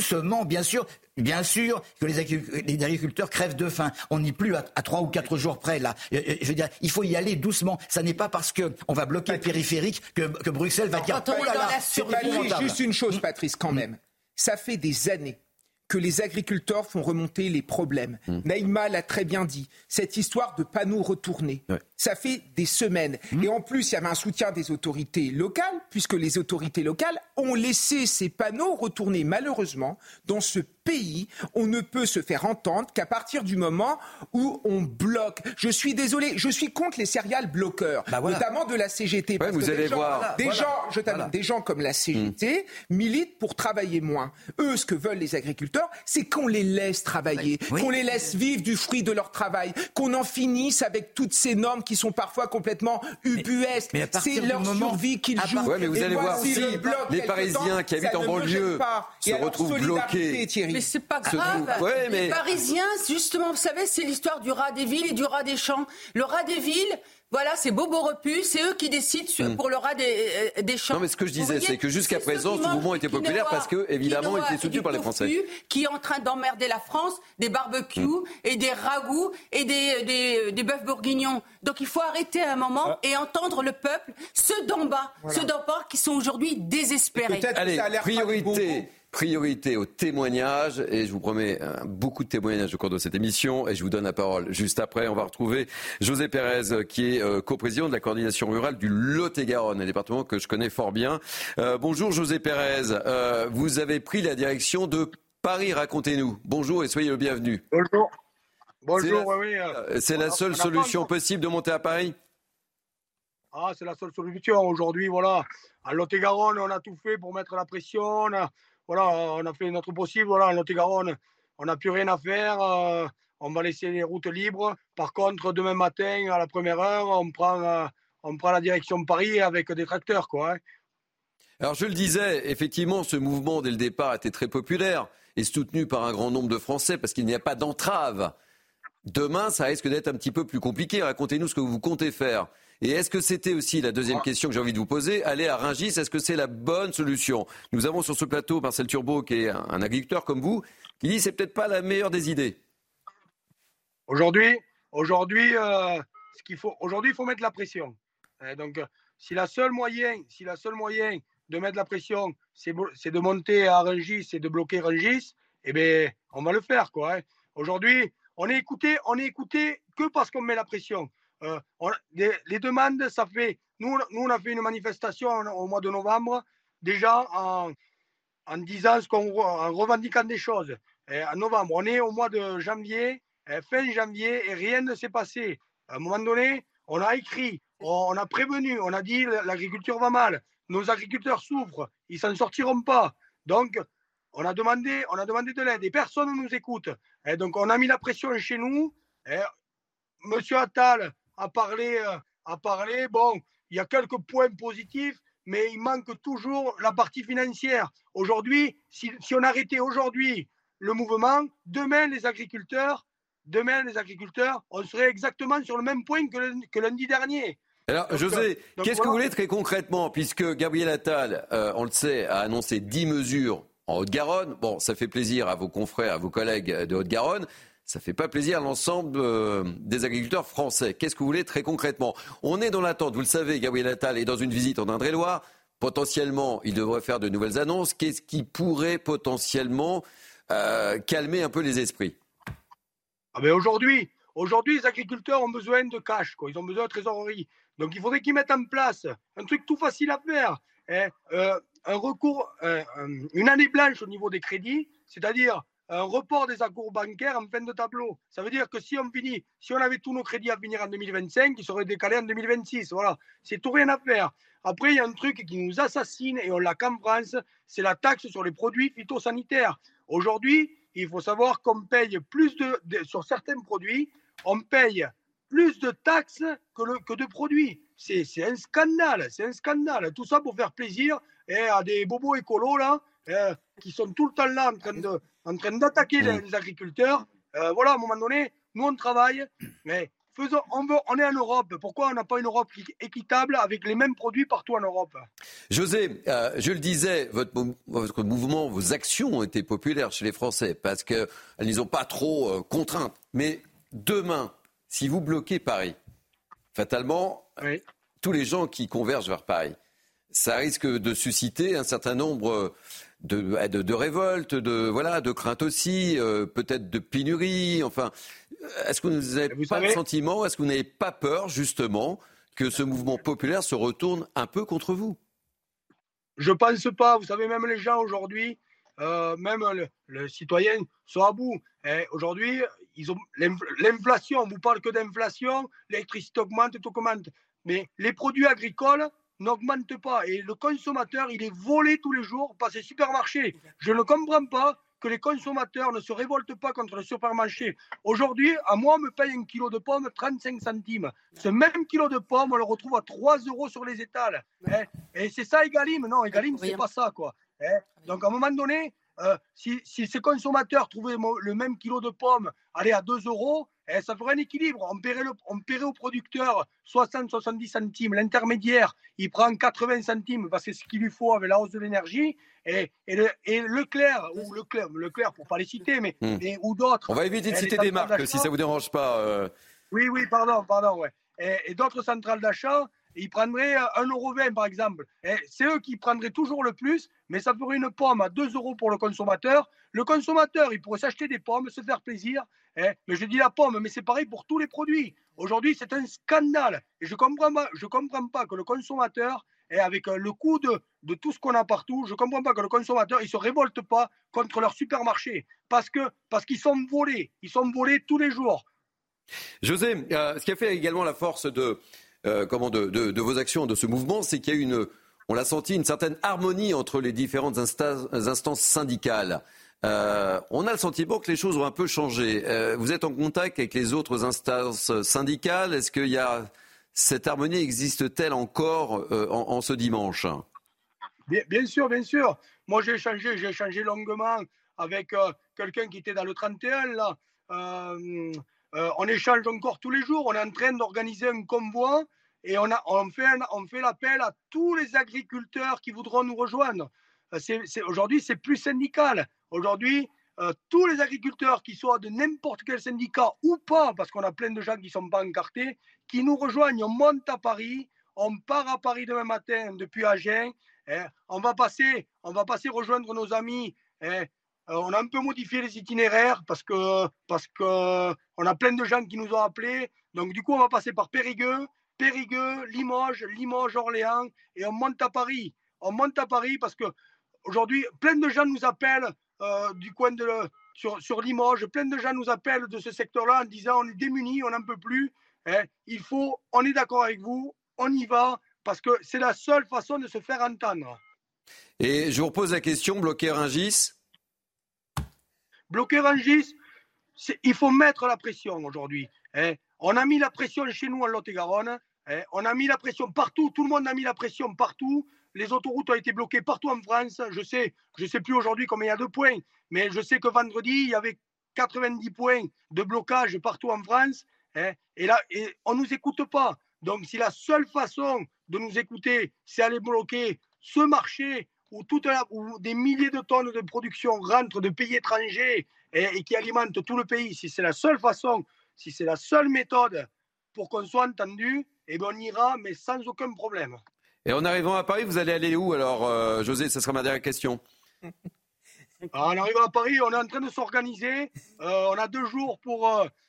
bien sûr que les agriculteurs crèvent de faim. On n'est plus à 3 ou 4 jours près, là. Je veux dire, il faut y aller doucement. Ça n'est pas parce qu'on va bloquer le périphérique que Bruxelles va dire... C'est juste une chose, Patrice, quand même. Ça fait des années que les agriculteurs font remonter les problèmes. Naïma l'a très bien dit. Cette histoire de panneaux retournés, ça fait des semaines. Et en plus, il y avait un soutien des autorités locales, puisque les autorités locales ont laissé ces panneaux retournés. Malheureusement, dans ce pays, on ne peut se faire entendre qu'à partir du moment où on bloque. Je suis désolé, je suis contre les céréales bloqueurs, notamment de la CGT. Parce vous allez voir. Des gens comme la CGT militent pour travailler moins. Eux, ce que veulent les agriculteurs, c'est qu'on les laisse travailler, qu'on les laisse vivre du fruit de leur travail, qu'on en finisse avec toutes ces normes qui sont parfois complètement ubuesques. C'est leur survie qu'ils jouent. Mais vous allez voir, si les Parisiens qui habitent en banlieue se retrouvent bloqués. Mais c'est pas grave. Les Parisiens, justement, vous savez, c'est l'histoire du rat des villes et du rat des champs. Le rat des villes, voilà, c'est Bobo Repu, c'est eux qui décident pour le rat des champs. Non, mais ce que je disais, c'est que jusqu'à présent, ce mouvement était populaire parce que, évidemment, il était soutenu par les Français. Qui est en train d'emmerder la France, des barbecues et des ragoûts et des bœufs bourguignons. Donc il faut arrêter à un moment et entendre le peuple, ceux d'en bas, qui sont aujourd'hui désespérés. Allez, priorité au témoignage, et je vous promets beaucoup de témoignages au cours de cette émission, et je vous donne la parole juste après. On va retrouver José Pérez, qui est coprésident de la coordination rurale du Lot-et-Garonne, un département que je connais fort bien. Bonjour José Pérez, vous avez pris la direction de Paris, racontez-nous. Bonjour et soyez le bienvenu. Bonjour, c'est la seule solution possible de monter à Paris ? C'est la seule solution aujourd'hui, voilà. À Lot-et-Garonne, on a tout fait pour mettre la pression, on a fait notre possible. Voilà, en Lot-et-Garonne, on n'a plus rien à faire. On va laisser les routes libres. Par contre, demain matin, à la première heure, on prend la direction de Paris avec des tracteurs, quoi. Alors, je le disais, effectivement, ce mouvement, dès le départ, était très populaire et soutenu par un grand nombre de Français parce qu'il n'y a pas d'entrave. Demain, ça risque d'être un petit peu plus compliqué. Racontez-nous ce que vous comptez faire. Et est-ce que c'était aussi la deuxième question que j'ai envie de vous poser, aller à Rungis, est-ce que c'est la bonne solution ? Nous avons sur ce plateau Marcel Turbo, qui est un agriculteur comme vous, qui dit que c'est peut-être pas la meilleure des idées. Aujourd'hui, il faut mettre la pression. Donc, si la seule moyen de mettre la pression, c'est de monter à Rungis et de bloquer Rungis, eh bien, on va le faire, quoi. Aujourd'hui, on est écouté que parce qu'on met la pression. Les demandes, ça fait... Nous, on a fait une manifestation au mois de novembre, déjà en disant en revendiquant des choses. En novembre, on est au mois de janvier, fin janvier, et rien ne s'est passé. À un moment donné, on a écrit, on a prévenu, on a dit l'agriculture va mal, nos agriculteurs souffrent, ils s'en sortiront pas. Donc, on a demandé de l'aide et personne ne nous écoute. Et donc, on a mis la pression chez nous. Monsieur Attal a parlé. Bon, il y a quelques points positifs, mais il manque toujours la partie financière. Aujourd'hui, si on arrêtait aujourd'hui le mouvement, demain les agriculteurs, on serait exactement sur le même point que lundi dernier. Alors, José, qu'est-ce que vous voulez très concrètement, puisque Gabriel Attal, on le sait, a annoncé 10 mesures en Haute-Garonne. Bon, ça fait plaisir à vos confrères, à vos collègues de Haute-Garonne. Ça ne fait pas plaisir à l'ensemble des agriculteurs français. Qu'est-ce que vous voulez très concrètement ? On est dans l'attente, vous le savez, Gabriel Attal est dans une visite en Indre-et-Loire. Potentiellement, il devrait faire de nouvelles annonces. Qu'est-ce qui pourrait potentiellement calmer un peu les esprits ? Aujourd'hui, les agriculteurs ont besoin de cash, quoi. Ils ont besoin de trésorerie. Donc, il faudrait qu'ils mettent en place un truc tout facile à faire. Un recours, une année blanche au niveau des crédits, c'est-à-dire un report des accords bancaires en fin de tableau. Ça veut dire que si on avait tous nos crédits à finir en 2025, ils seraient décalés en 2026. Voilà, c'est tout rien à faire. Après, il y a un truc qui nous assassine et on l'a qu'en France, c'est la taxe sur les produits phytosanitaires. Aujourd'hui, il faut savoir qu'on paye sur certains produits, on paye plus de taxes que de produits. C'est un scandale, Tout ça pour faire plaisir à des bobos écolos là, qui sont tout le temps là en train d'attaquer les agriculteurs. Voilà, à un moment donné, nous on travaille, mais on est en Europe. Pourquoi on n'a pas une Europe équitable avec les mêmes produits partout en Europe ? José, je le disais, votre mouvement, vos actions ont été populaires chez les Français parce qu'elles n'y ont pas trop contraintes. Mais demain, si vous bloquez Paris, fatalement, tous les gens qui convergent vers Paris, ça risque de susciter un certain nombre de révolte, de crainte aussi, peut-être de pénurie. Enfin, est-ce que vous n'avez pas le sentiment, est-ce que vous n'avez pas peur justement que ce mouvement populaire se retourne un peu contre vous? Je pense pas. Vous savez, même les gens aujourd'hui, même le citoyen sont à bout. Et aujourd'hui, ils ont l'inflation. On vous parle que d'inflation, l'électricité augmente, tout augmente. Mais les produits agricoles n'augmentent pas. Et le consommateur, il est volé tous les jours par ces supermarchés. Je ne comprends pas que les consommateurs ne se révoltent pas contre le supermarché. Aujourd'hui, à moi, on me paye un kilo de pommes 35 centimes. Ce même kilo de pommes, on le retrouve à 3 € sur les étals. Et c'est ça Egalim? Non, Egalim, c'est pas ça, quoi. Donc, à un moment donné, si ces consommateurs trouvaient le même kilo de pommes aller à 2 €, ça ferait un équilibre. On paierait au producteur 60-70 centimes. L'intermédiaire, il prend 80 centimes parce que c'est ce qu'il lui faut avec la hausse de l'énergie. Et Leclerc, pour ne pas les citer, mais ou d'autres. On va éviter de citer des marques si ça ne vous dérange pas. Oui, pardon. Ouais. Et d'autres centrales d'achat, ils prendraient 1,20 € par exemple. Et c'est eux qui prendraient toujours le plus, mais ça ferait une pomme à 2 € pour le consommateur. Le consommateur, il pourrait s'acheter des pommes, se faire plaisir. Mais je dis la pomme, mais c'est pareil pour tous les produits. Aujourd'hui, c'est un scandale. Et je comprends pas que le consommateur, avec le coût de tout ce qu'on a partout, je ne comprends pas que le consommateur ne se révolte pas contre leur supermarché. Parce qu'ils sont volés. Ils sont volés tous les jours. José, ce qui a fait également la force de vos actions, de ce mouvement, c'est qu'il y a on l'a senti, une certaine harmonie entre les différentes instances syndicales. On a le sentiment que les choses ont un peu changé. Vous êtes en contact avec les autres instances syndicales. Est-ce que cette harmonie existe-t-elle encore en ce dimanche? Bien sûr. Moi, j'ai échangé longuement avec quelqu'un qui était dans le 31, là. On échange encore tous les jours. On est en train d'organiser un convoi et on fait l'appel à tous les agriculteurs qui voudront nous rejoindre. Aujourd'hui, c'est plus syndical. Aujourd'hui, tous les agriculteurs qui soient de n'importe quel syndicat ou pas, parce qu'on a plein de gens qui ne sont pas encartés, qui nous rejoignent. On monte à Paris, on part à Paris demain matin depuis Agen. On va passer rejoindre nos amis. On a un peu modifié les itinéraires parce que on a plein de gens qui nous ont appelés. Donc du coup, on va passer par Périgueux, Limoges, Orléans et on monte à Paris. On monte à Paris parce que aujourd'hui, plein de gens nous appellent du coin sur Limoges. Plein de gens nous appellent de ce secteur-là en disant on est démunis, on n'en peut plus. On est d'accord avec vous, on y va parce que c'est la seule façon de se faire entendre. Et je vous repose la question, bloquer Rungis? Bloquer Rungis, il faut mettre la pression aujourd'hui. On a mis la pression chez nous en Lot-et-Garonne. On a mis la pression partout. Tout le monde a mis la pression partout. Les autoroutes ont été bloquées partout en France. Je sais plus aujourd'hui combien il y a de points, mais je sais que vendredi, il y avait 90 points de blocage partout en France. Et là, on ne nous écoute pas. Donc, si la seule façon de nous écouter, c'est aller bloquer ce marché où des milliers de tonnes de production rentrent de pays étrangers et qui alimentent tout le pays, si c'est la seule façon, si c'est la seule méthode pour qu'on soit entendu, on ira, mais sans aucun problème. Et en arrivant à Paris, vous allez aller où alors, José? Ce sera ma dernière question. En arrivant à Paris, on est en train de s'organiser. On a 2 jours pour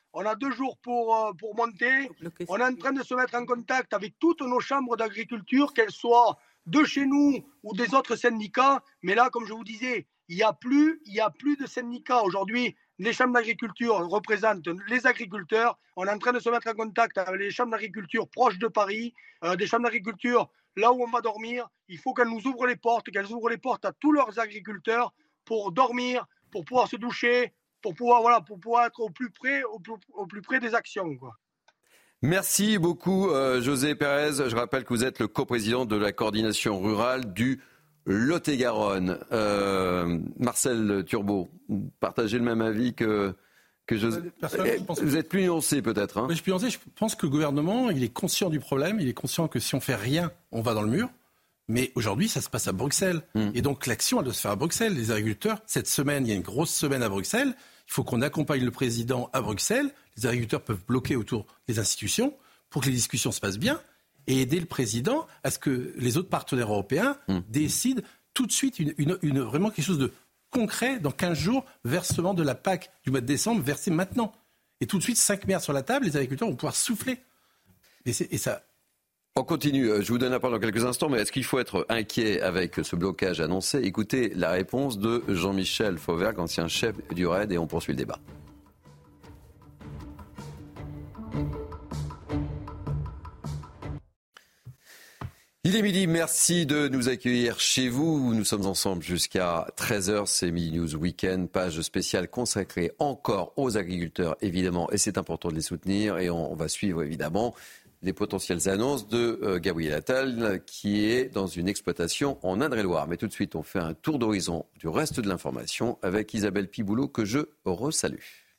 monter. On est en train de se mettre en contact avec toutes nos chambres d'agriculture, qu'elles soient de chez nous ou des autres syndicats. Mais là, comme je vous disais, il n'y a plus de syndicats. Aujourd'hui, les chambres d'agriculture représentent les agriculteurs. On est en train de se mettre en contact avec les chambres d'agriculture proches de Paris, des chambres d'agriculture là où on va dormir. Il faut qu'elles nous ouvrent les portes, qu'elles ouvrent les portes à tous leurs agriculteurs pour dormir, pour pouvoir se doucher, pour pouvoir être au plus près des actions, quoi. Merci beaucoup, José Pérez. Je rappelle que vous êtes le coprésident de la coordination rurale du Lot-et-Garonne. Marcel Turbo, vous partagez le même avis que José? Vous êtes plus nuancé peut-être. Hein? Mais je suis nuancé. Je pense que le gouvernement, il est conscient du problème. Il est conscient que si on fait rien, on va dans le mur. Mais aujourd'hui, ça se passe à Bruxelles. Et donc l'action, elle doit se faire à Bruxelles. Les agriculteurs, cette semaine, il y a une grosse semaine à Bruxelles. Il faut qu'on accompagne le président à Bruxelles. Les agriculteurs peuvent bloquer autour des institutions pour que les discussions se passent bien et aider le président à ce que les autres partenaires européens décident tout de suite vraiment quelque chose de concret. Dans 15 jours, versement de la PAC du mois de décembre, versé maintenant. Et tout de suite, 5 milliards sur la table, les agriculteurs vont pouvoir souffler. Et ça... On continue, je vous donne la parole dans quelques instants, mais est-ce qu'il faut être inquiet avec ce blocage annoncé ? Écoutez la réponse de Jean-Michel Fauvergue, ancien chef du RAID, et on poursuit le débat. Il est midi, merci de nous accueillir chez vous. Nous sommes ensemble jusqu'à 13h, c'est Midi News Weekend, page spéciale consacrée encore aux agriculteurs, évidemment, et c'est important de les soutenir. Et on va suivre, évidemment, les potentielles annonces de Gabriel Attal, qui est dans une exploitation en Indre-et-Loire. Mais tout de suite, on fait un tour d'horizon du reste de l'information avec Isabelle Piboulot, que je resalue.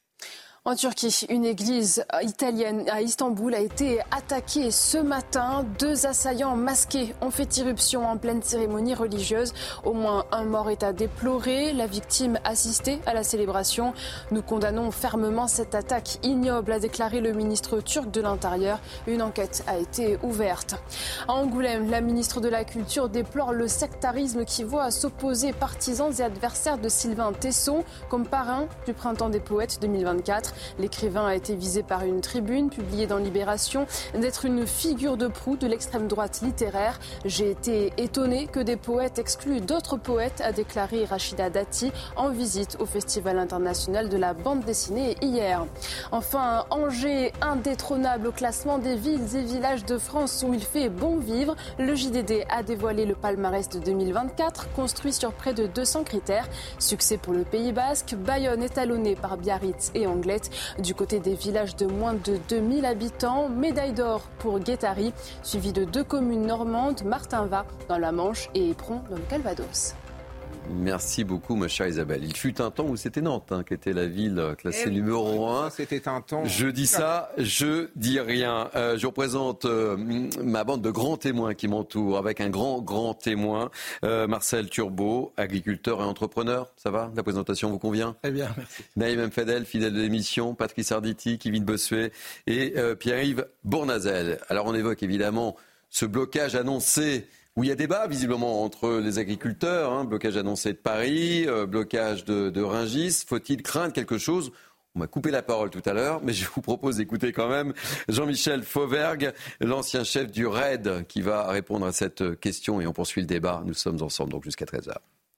En Turquie, une église italienne à Istanbul a été attaquée ce matin. 2 assaillants masqués ont fait irruption en pleine cérémonie religieuse. Au moins un mort est à déplorer. La victime assistait à la célébration. Nous condamnons fermement cette attaque ignoble, a déclaré le ministre turc de l'Intérieur. Une enquête a été ouverte. À Angoulême, la ministre de la Culture déplore le sectarisme qui voit s'opposer partisans et adversaires de Sylvain Tesson comme parrain du Printemps des Poètes 2024. L'écrivain a été visé par une tribune publiée dans Libération d'être une figure de proue de l'extrême droite littéraire. J'ai été étonné que des poètes excluent d'autres poètes, a déclaré Rachida Dati en visite au Festival international de la bande dessinée hier. Enfin, Angers, indétrônable au classement des villes et villages de France où il fait bon vivre. Le JDD a dévoilé le palmarès de 2024, construit sur près de 200 critères. Succès pour le Pays Basque, Bayonne étalonné par Biarritz et Anglet. Du côté des villages de moins de 2000 habitants, médaille d'or pour Guétary, suivi de 2 communes normandes, Martinvat dans la Manche et Éperon dans le Calvados. Merci beaucoup, ma chère Isabelle. Il fut un temps où c'était Nantes, qui était la ville classée numéro 1. C'était un temps. Je dis ça, je dis rien. Je représente ma bande de grands témoins qui m'entourent, avec un grand témoin, Marcel Turbo, agriculteur et entrepreneur. Ça va ? La présentation vous convient ? Très bien, merci. Naïm Mfadel, fidèle de l'émission, Patrice Arditi, Kevin Bossuet et Pierre-Yves Bournazel. Alors on évoque évidemment ce blocage annoncé, où il y a débat visiblement entre les agriculteurs, blocage annoncé de Paris, blocage de Rungis. Faut-il craindre quelque chose ? On m'a coupé la parole tout à l'heure, mais je vous propose d'écouter quand même Jean-Michel Fauvergue, l'ancien chef du RAID, qui va répondre à cette question et on poursuit le débat. Nous sommes ensemble donc jusqu'à 13h.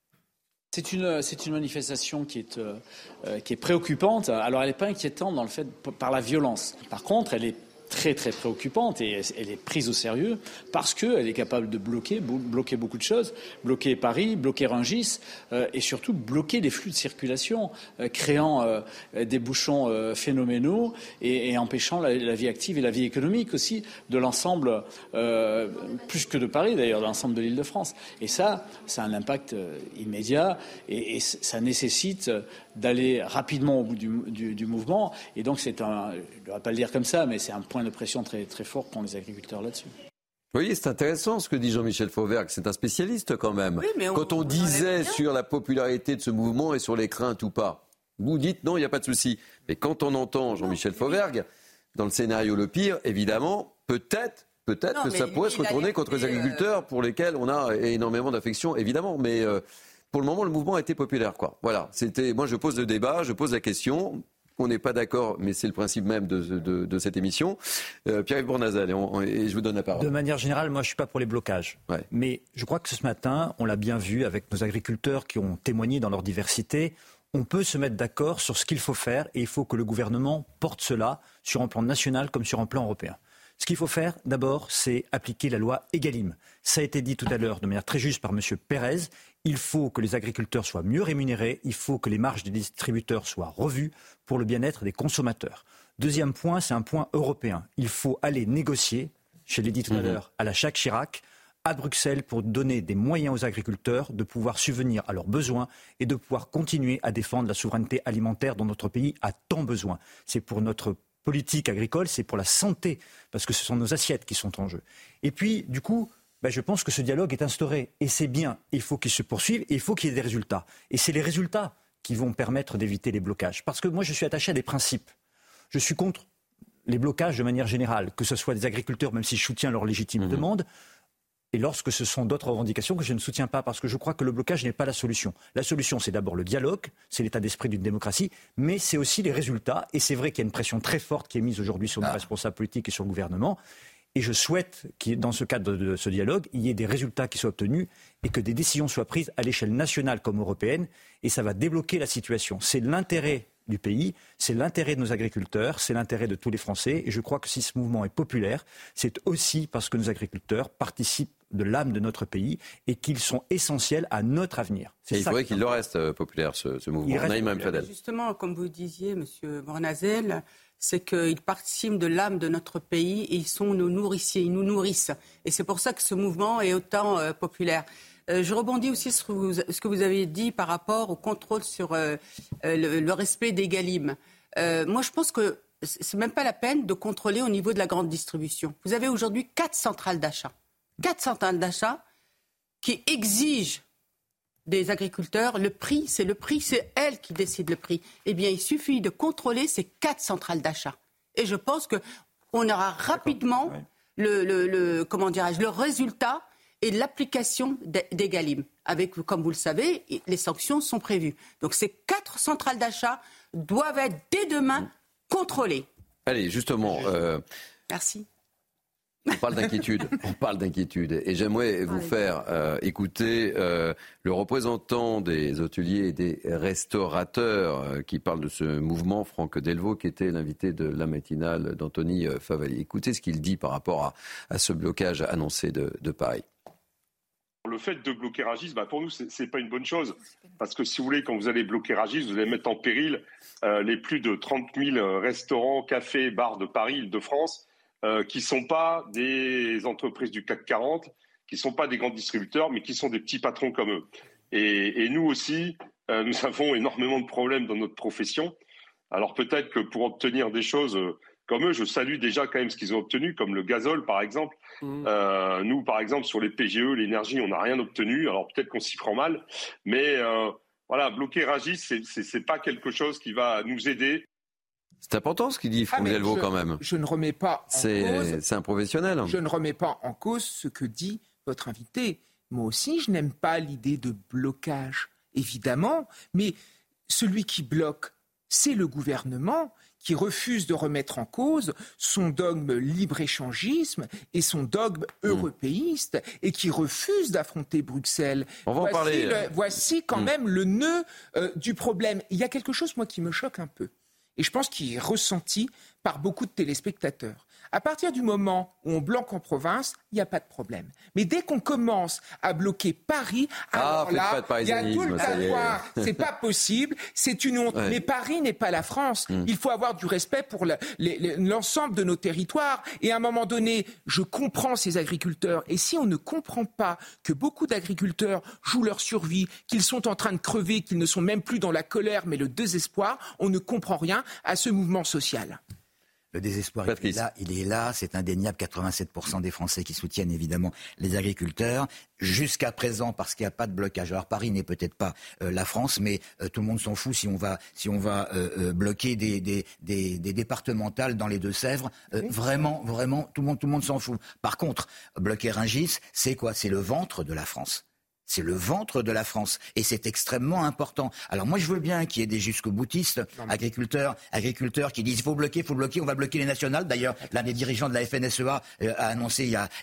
C'est une manifestation qui est préoccupante. Alors elle n'est pas inquiétante dans le fait par la violence. Par contre, elle est très préoccupante et elle est prise au sérieux parce qu'elle est capable de bloquer beaucoup de choses, bloquer Paris, bloquer Rungis et surtout bloquer les flux de circulation, créant des bouchons phénoménaux et empêchant la vie active et la vie économique aussi de l'ensemble, plus que de Paris d'ailleurs, de l'ensemble de l'Île-de-France. Et ça a un impact immédiat et ça nécessite d'aller rapidement au bout du mouvement. Et donc je ne devrais pas le dire comme ça, mais c'est un point de pression très fort pour les agriculteurs là-dessus. Vous voyez, c'est intéressant ce que dit Jean-Michel Fauvergue, c'est un spécialiste quand même. Oui, quand on disait sur la popularité de ce mouvement et sur les craintes ou pas, vous dites non, il n'y a pas de souci. Mais quand on entend Jean-Michel Fauvergue, dans le scénario le pire, évidemment, peut-être que ça pourrait se retourner contre les agriculteurs pour lesquels on a énormément d'affection, évidemment. Mais pour le moment, le mouvement a été populaire, quoi. Voilà. Moi, je pose le débat, je pose la question. On n'est pas d'accord, mais c'est le principe même de cette émission. Pierre-Yves Bournazel, et je vous donne la parole. De manière générale, moi, je ne suis pas pour les blocages. Ouais. Mais je crois que ce matin, on l'a bien vu avec nos agriculteurs qui ont témoigné dans leur diversité. On peut se mettre d'accord sur ce qu'il faut faire et il faut que le gouvernement porte cela sur un plan national comme sur un plan européen. Ce qu'il faut faire, d'abord, c'est appliquer la loi Egalim. Ça a été dit tout à l'heure de manière très juste par M. Pérez. Il faut que les agriculteurs soient mieux rémunérés. Il faut que les marges des distributeurs soient revues pour le bien-être des consommateurs. Deuxième point, c'est un point européen. Il faut aller négocier, je l'ai dit tout à l'heure, à la Jacques Chirac, à Bruxelles, pour donner des moyens aux agriculteurs de pouvoir subvenir à leurs besoins et de pouvoir continuer à défendre la souveraineté alimentaire dont notre pays a tant besoin. C'est pour notre politique agricole, c'est pour la santé, parce que ce sont nos assiettes qui sont en jeu. Et puis, du coup, je pense que ce dialogue est instauré, et c'est bien. Il faut qu'il se poursuive, et il faut qu'il y ait des résultats. Et c'est les résultats qui vont permettre d'éviter les blocages. Parce que moi, je suis attaché à des principes. Je suis contre les blocages de manière générale, que ce soit des agriculteurs, même si je soutiens leur légitime demande. et lorsque ce sont d'autres revendications que je ne soutiens pas, parce que je crois que le blocage n'est pas la solution. La solution, c'est d'abord le dialogue, c'est l'état d'esprit d'une démocratie, mais c'est aussi les résultats. Et c'est vrai qu'il y a une pression très forte qui est mise aujourd'hui sur nos responsables politiques et sur le gouvernement. Et je souhaite qu'il, dans ce cadre de ce dialogue, il y ait des résultats qui soient obtenus et que des décisions soient prises à l'échelle nationale comme européenne. Et ça va débloquer la situation. C'est l'intérêt du pays, c'est l'intérêt de nos agriculteurs, c'est l'intérêt de tous les Français. Et je crois que si ce mouvement est populaire, c'est aussi parce que nos agriculteurs participent de l'âme de notre pays et qu'ils sont essentiels à notre avenir. Il faudrait qu'il le reste populaire, ce mouvement. Naïma M. Fadel. Justement, comme vous disiez, M. Bournazel, c'est qu'ils participent de l'âme de notre pays et ils sont nos nourriciers, ils nous nourrissent. Et c'est pour ça que ce mouvement est autant populaire. Je rebondis aussi sur ce que vous avez dit par rapport au contrôle sur le respect des Galim. Moi, je pense que c'est même pas la peine de contrôler au niveau de la grande distribution. Vous avez aujourd'hui 4 centrales d'achat. 4 centrales d'achat qui exigent des agriculteurs le prix, c'est elles qui décident le prix. Eh bien, il suffit de contrôler ces 4 centrales d'achat. Et je pense qu'on aura rapidement le résultat et l'application des Galim. Avec, comme vous le savez, les sanctions sont prévues. Donc ces 4 centrales d'achat doivent être dès demain contrôlées. Allez, justement... Merci. On parle d'inquiétude. Et j'aimerais vous faire écouter le représentant des hôteliers et des restaurateurs qui parle de ce mouvement, Franck Delvaux, qui était l'invité de la matinale d'Anthony Favali. Écoutez ce qu'il dit par rapport à ce blocage annoncé de Paris. Le fait de bloquer Rungis, pour nous, c'est pas une bonne chose. Parce que si vous voulez, quand vous allez bloquer Rungis, vous allez mettre en péril les plus de 30 000 restaurants, cafés, bars de Paris, Île-de-France, qui ne sont pas des entreprises du CAC 40, qui ne sont pas des grands distributeurs, mais qui sont des petits patrons comme eux. Et nous aussi, nous avons énormément de problèmes dans notre profession. Alors peut-être que pour obtenir des choses comme eux, je salue déjà quand même ce qu'ils ont obtenu, comme le gazole par exemple. Nous, par exemple, sur les PGE, l'énergie, on n'a rien obtenu. Alors peut-être qu'on s'y prend mal, mais voilà, bloquer Rungis, c'est pas quelque chose qui va nous aider. C'est important ce qu'il dit, Franck Delvaux, quand même. Je ne remets pas en cause... C'est un professionnel. Je ne remets pas en cause ce que dit votre invité. Moi aussi, je n'aime pas l'idée de blocage, évidemment. Mais celui qui bloque, c'est le gouvernement qui refuse de remettre en cause son dogme libre-échangisme et son dogme européiste et qui refuse d'affronter Bruxelles. On va en parler. Voici quand même le nœud du problème. Il y a quelque chose, moi, qui me choque un peu. Et je pense qu'il est ressenti par beaucoup de téléspectateurs. À partir du moment où on bloque en province, il n'y a pas de problème. Mais dès qu'on commence à bloquer Paris, alors là, il y a tout le tatouage. C'est pas possible, c'est une honte. Ouais. Mais Paris n'est pas la France. Il faut avoir du respect pour l'ensemble de nos territoires. Et à un moment donné, je comprends ces agriculteurs. Et si on ne comprend pas que beaucoup d'agriculteurs jouent leur survie, qu'ils sont en train de crever, qu'ils ne sont même plus dans la colère, mais le désespoir, on ne comprend rien à ce mouvement social. Le désespoir, il est là, c'est indéniable. 87% des Français qui soutiennent évidemment les agriculteurs. Jusqu'à présent, parce qu'il n'y a pas de blocage. Alors Paris n'est peut-être pas la France, mais tout le monde s'en fout si on va bloquer des départementales dans les Deux-Sèvres. Vraiment, tout le monde s'en fout. Par contre, bloquer Rungis, c'est quoi ? C'est le ventre de la France. C'est le ventre de la France. Et c'est extrêmement important. Alors moi, je veux bien qu'il y ait des jusqu'au-boutistes, agriculteurs qui disent il faut bloquer, on va bloquer les nationales. D'ailleurs, l'un des dirigeants de la FNSEA a annoncé il y a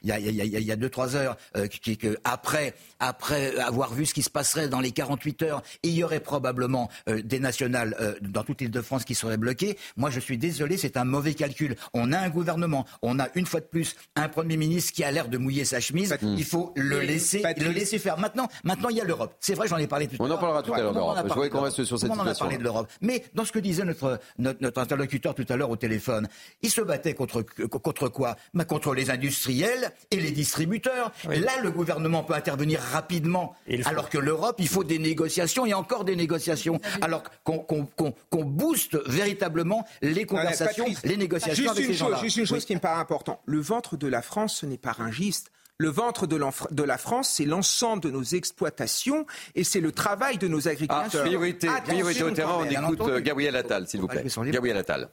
2-3 heures qu'après avoir vu ce qui se passerait dans les 48 heures, il y aurait probablement des nationales dans toute l'Île-de-France qui seraient bloquées. Moi, je suis désolé, c'est un mauvais calcul. On a un gouvernement, on a une fois de plus un Premier ministre qui a l'air de mouiller sa chemise. Il faut le laisser faire. Maintenant, il y a l'Europe. C'est vrai, j'en ai parlé tout à l'heure. On en parlera tout à l'heure d'Europe. Je voudrais qu'on reste sur cette situation. On en a parlé de l'Europe. Mais dans ce que disait notre interlocuteur tout à l'heure au téléphone, il se battait contre quoi ? Contre les industriels et les distributeurs. Oui. Là, le gouvernement peut intervenir rapidement. Alors que l'Europe, il faut des négociations et encore des négociations. Alors qu'on booste véritablement les conversations, les négociations avec ces gens-là. Juste une chose qui me paraît importante. Le ventre de la France, ce n'est pas Rungis. Le ventre de la France, c'est l'ensemble de nos exploitations et c'est le travail de nos agriculteurs. Priorité au terrain, on écoute Gabriel Attal, s'il vous plaît. Gabriel Attal.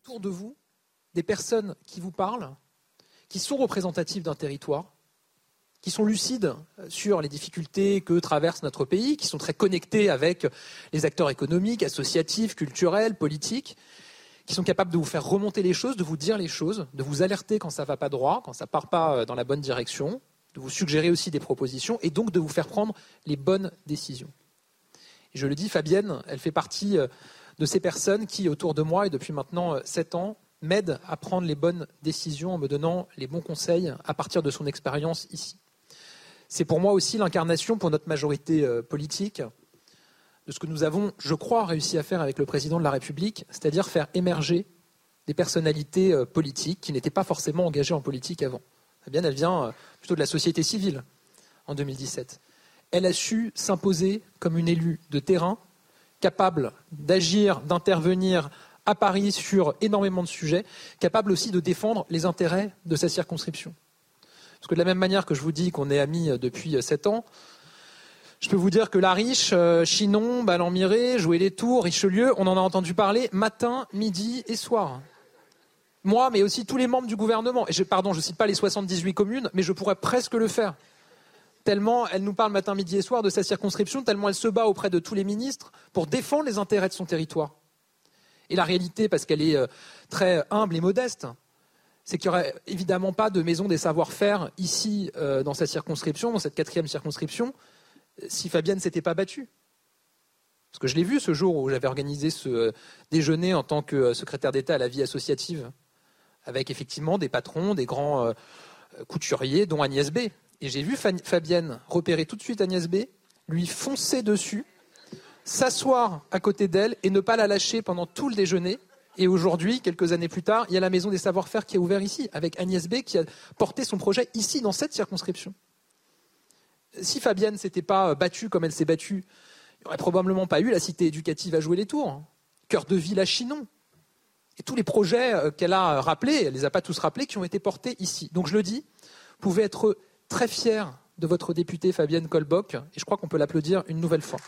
autour de vous des personnes qui vous parlent, qui sont représentatives d'un territoire, qui sont lucides sur les difficultés que traverse notre pays, qui sont très connectés avec les acteurs économiques, associatifs, culturels, politiques, qui sont capables de vous faire remonter les choses, de vous dire les choses, de vous alerter quand ça ne va pas droit, quand ça ne part pas dans la bonne direction, de vous suggérer aussi des propositions et donc de vous faire prendre les bonnes décisions. Et je le dis, Fabienne, elle fait partie de ces personnes qui, autour de moi et depuis maintenant 7 ans, m'aident à prendre les bonnes décisions en me donnant les bons conseils à partir de son expérience ici. C'est pour moi aussi l'incarnation pour notre majorité politique de ce que nous avons, je crois, réussi à faire avec le président de la République, c'est-à-dire faire émerger des personnalités politiques qui n'étaient pas forcément engagées en politique avant. Fabienne, elle vient plutôt de la société civile en 2017. Elle a su s'imposer comme une élue de terrain, capable d'agir, d'intervenir à Paris sur énormément de sujets, capable aussi de défendre les intérêts de sa circonscription. Parce que de la même manière que je vous dis qu'on est amis depuis 7 ans, je peux vous dire que Lariche, Chinon, Ballon-Miré, Jouer les Tours, Richelieu, on en a entendu parler matin, midi et soir. Moi, mais aussi tous les membres du gouvernement. Et je ne cite pas les 78 communes, mais je pourrais presque le faire. Tellement elle nous parle matin, midi et soir de sa circonscription, tellement elle se bat auprès de tous les ministres pour défendre les intérêts de son territoire. Et la réalité, parce qu'elle est très humble et modeste, c'est qu'il n'y aurait évidemment pas de maison des savoir-faire ici, dans sa circonscription, dans cette 4e circonscription, si Fabienne ne s'était pas battue. Parce que je l'ai vu ce jour où j'avais organisé ce déjeuner en tant que secrétaire d'État à la vie associative, avec effectivement des patrons, des grands couturiers, dont Agnès B. Et j'ai vu Fabienne repérer tout de suite Agnès B, lui foncer dessus, s'asseoir à côté d'elle et ne pas la lâcher pendant tout le déjeuner. Et aujourd'hui, quelques années plus tard, il y a la Maison des Savoir-Faire qui est ouverte ici, avec Agnès B qui a porté son projet ici, dans cette circonscription. Si Fabienne ne s'était pas battue comme elle s'est battue, il n'y aurait probablement pas eu la cité éducative à Jouer les Tours, Cœur de Ville à Chinon. Et tous les projets qu'elle a rappelés, elle ne les a pas tous rappelés, qui ont été portés ici. Donc je le dis, vous pouvez être très fiers de votre députée Fabienne Colbock, et je crois qu'on peut l'applaudir une nouvelle fois.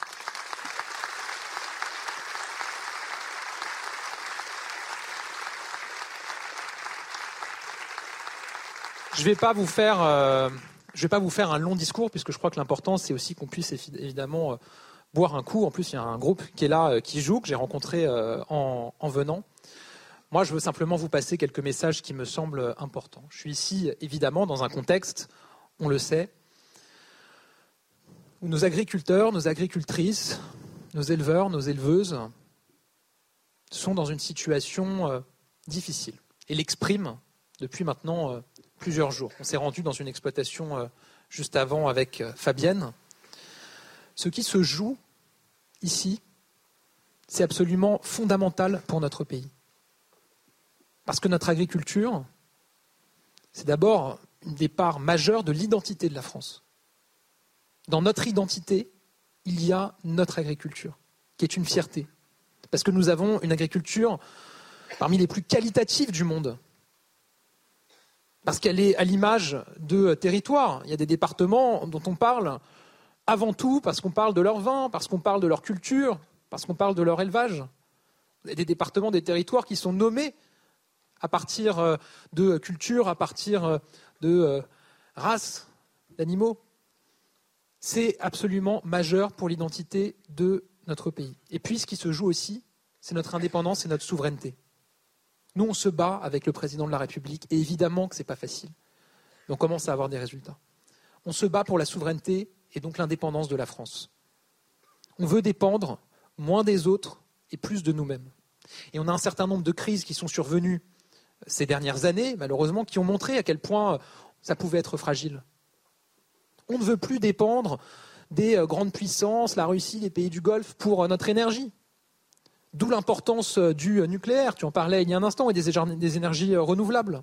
Je ne vais pas vous faire un long discours, puisque je crois que l'important, c'est aussi qu'on puisse évidemment boire un coup. En plus, il y a un groupe qui est là, qui joue, que j'ai rencontré en venant. Moi, je veux simplement vous passer quelques messages qui me semblent importants. Je suis ici, évidemment, dans un contexte, on le sait, où nos agriculteurs, nos agricultrices, nos éleveurs, nos éleveuses sont dans une situation difficile et l'expriment depuis maintenant plusieurs jours. On s'est rendu dans une exploitation juste avant avec Fabienne. Ce qui se joue ici, c'est absolument fondamental pour notre pays. Parce que notre agriculture, c'est d'abord une des parts majeures de l'identité de la France. Dans notre identité, il y a notre agriculture, qui est une fierté. Parce que nous avons une agriculture parmi les plus qualitatives du monde. Parce qu'elle est à l'image de territoires. Il y a des départements dont on parle avant tout parce qu'on parle de leur vin, parce qu'on parle de leur culture, parce qu'on parle de leur élevage. Il y a des départements, des territoires qui sont nommés à partir de culture, à partir de races d'animaux. C'est absolument majeur pour l'identité de notre pays. Et puis, ce qui se joue aussi, c'est notre indépendance et notre souveraineté. Nous, on se bat avec le président de la République, et évidemment que ce n'est pas facile. Mais on commence à avoir des résultats. On se bat pour la souveraineté et donc l'indépendance de la France. On veut dépendre moins des autres et plus de nous-mêmes. Et on a un certain nombre de crises qui sont survenues ces dernières années, malheureusement, qui ont montré à quel point ça pouvait être fragile. On ne veut plus dépendre des grandes puissances, la Russie, les pays du Golfe, pour notre énergie. D'où l'importance du nucléaire, tu en parlais il y a un instant, et des énergies renouvelables.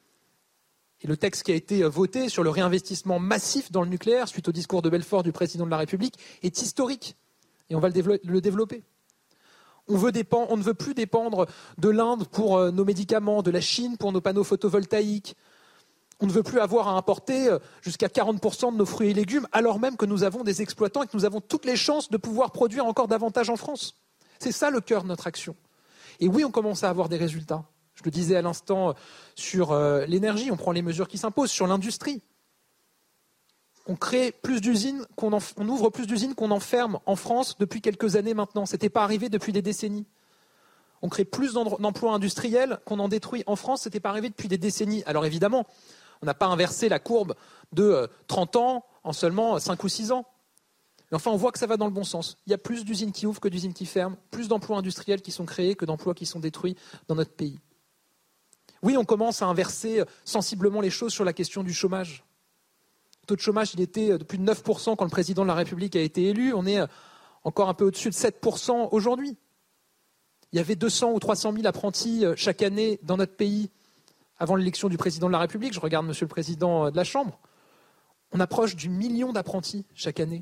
Et le texte qui a été voté sur le réinvestissement massif dans le nucléaire, suite au discours de Belfort du président de la République, est historique. Et on va le développer. On ne veut plus dépendre de l'Inde pour nos médicaments, de la Chine pour nos panneaux photovoltaïques. On ne veut plus avoir à importer jusqu'à 40% de nos fruits et légumes, alors même que nous avons des exploitants et que nous avons toutes les chances de pouvoir produire encore davantage en France. C'est ça le cœur de notre action. Et oui, on commence à avoir des résultats. Je le disais à l'instant sur l'énergie, on prend les mesures qui s'imposent, sur l'industrie. On crée plus d'usines, on ouvre plus d'usines qu'on en ferme en France depuis quelques années maintenant. Ce n'était pas arrivé depuis des décennies. On crée plus d'emplois industriels qu'on en détruit en France. Ce n'était pas arrivé depuis des décennies. Alors évidemment, on n'a pas inversé la courbe de 30 ans en seulement 5 ou 6 ans. Mais enfin, on voit que ça va dans le bon sens. Il y a plus d'usines qui ouvrent que d'usines qui ferment, plus d'emplois industriels qui sont créés que d'emplois qui sont détruits dans notre pays. Oui, on commence à inverser sensiblement les choses sur la question du chômage. Le taux de chômage, il était de plus de 9% quand le président de la République a été élu. On est encore un peu au-dessus de 7% aujourd'hui. Il y avait 200 ou 300 000 apprentis chaque année dans notre pays avant l'élection du président de la République. Je regarde Monsieur le Président de la Chambre. On approche du 1 million d'apprentis chaque année.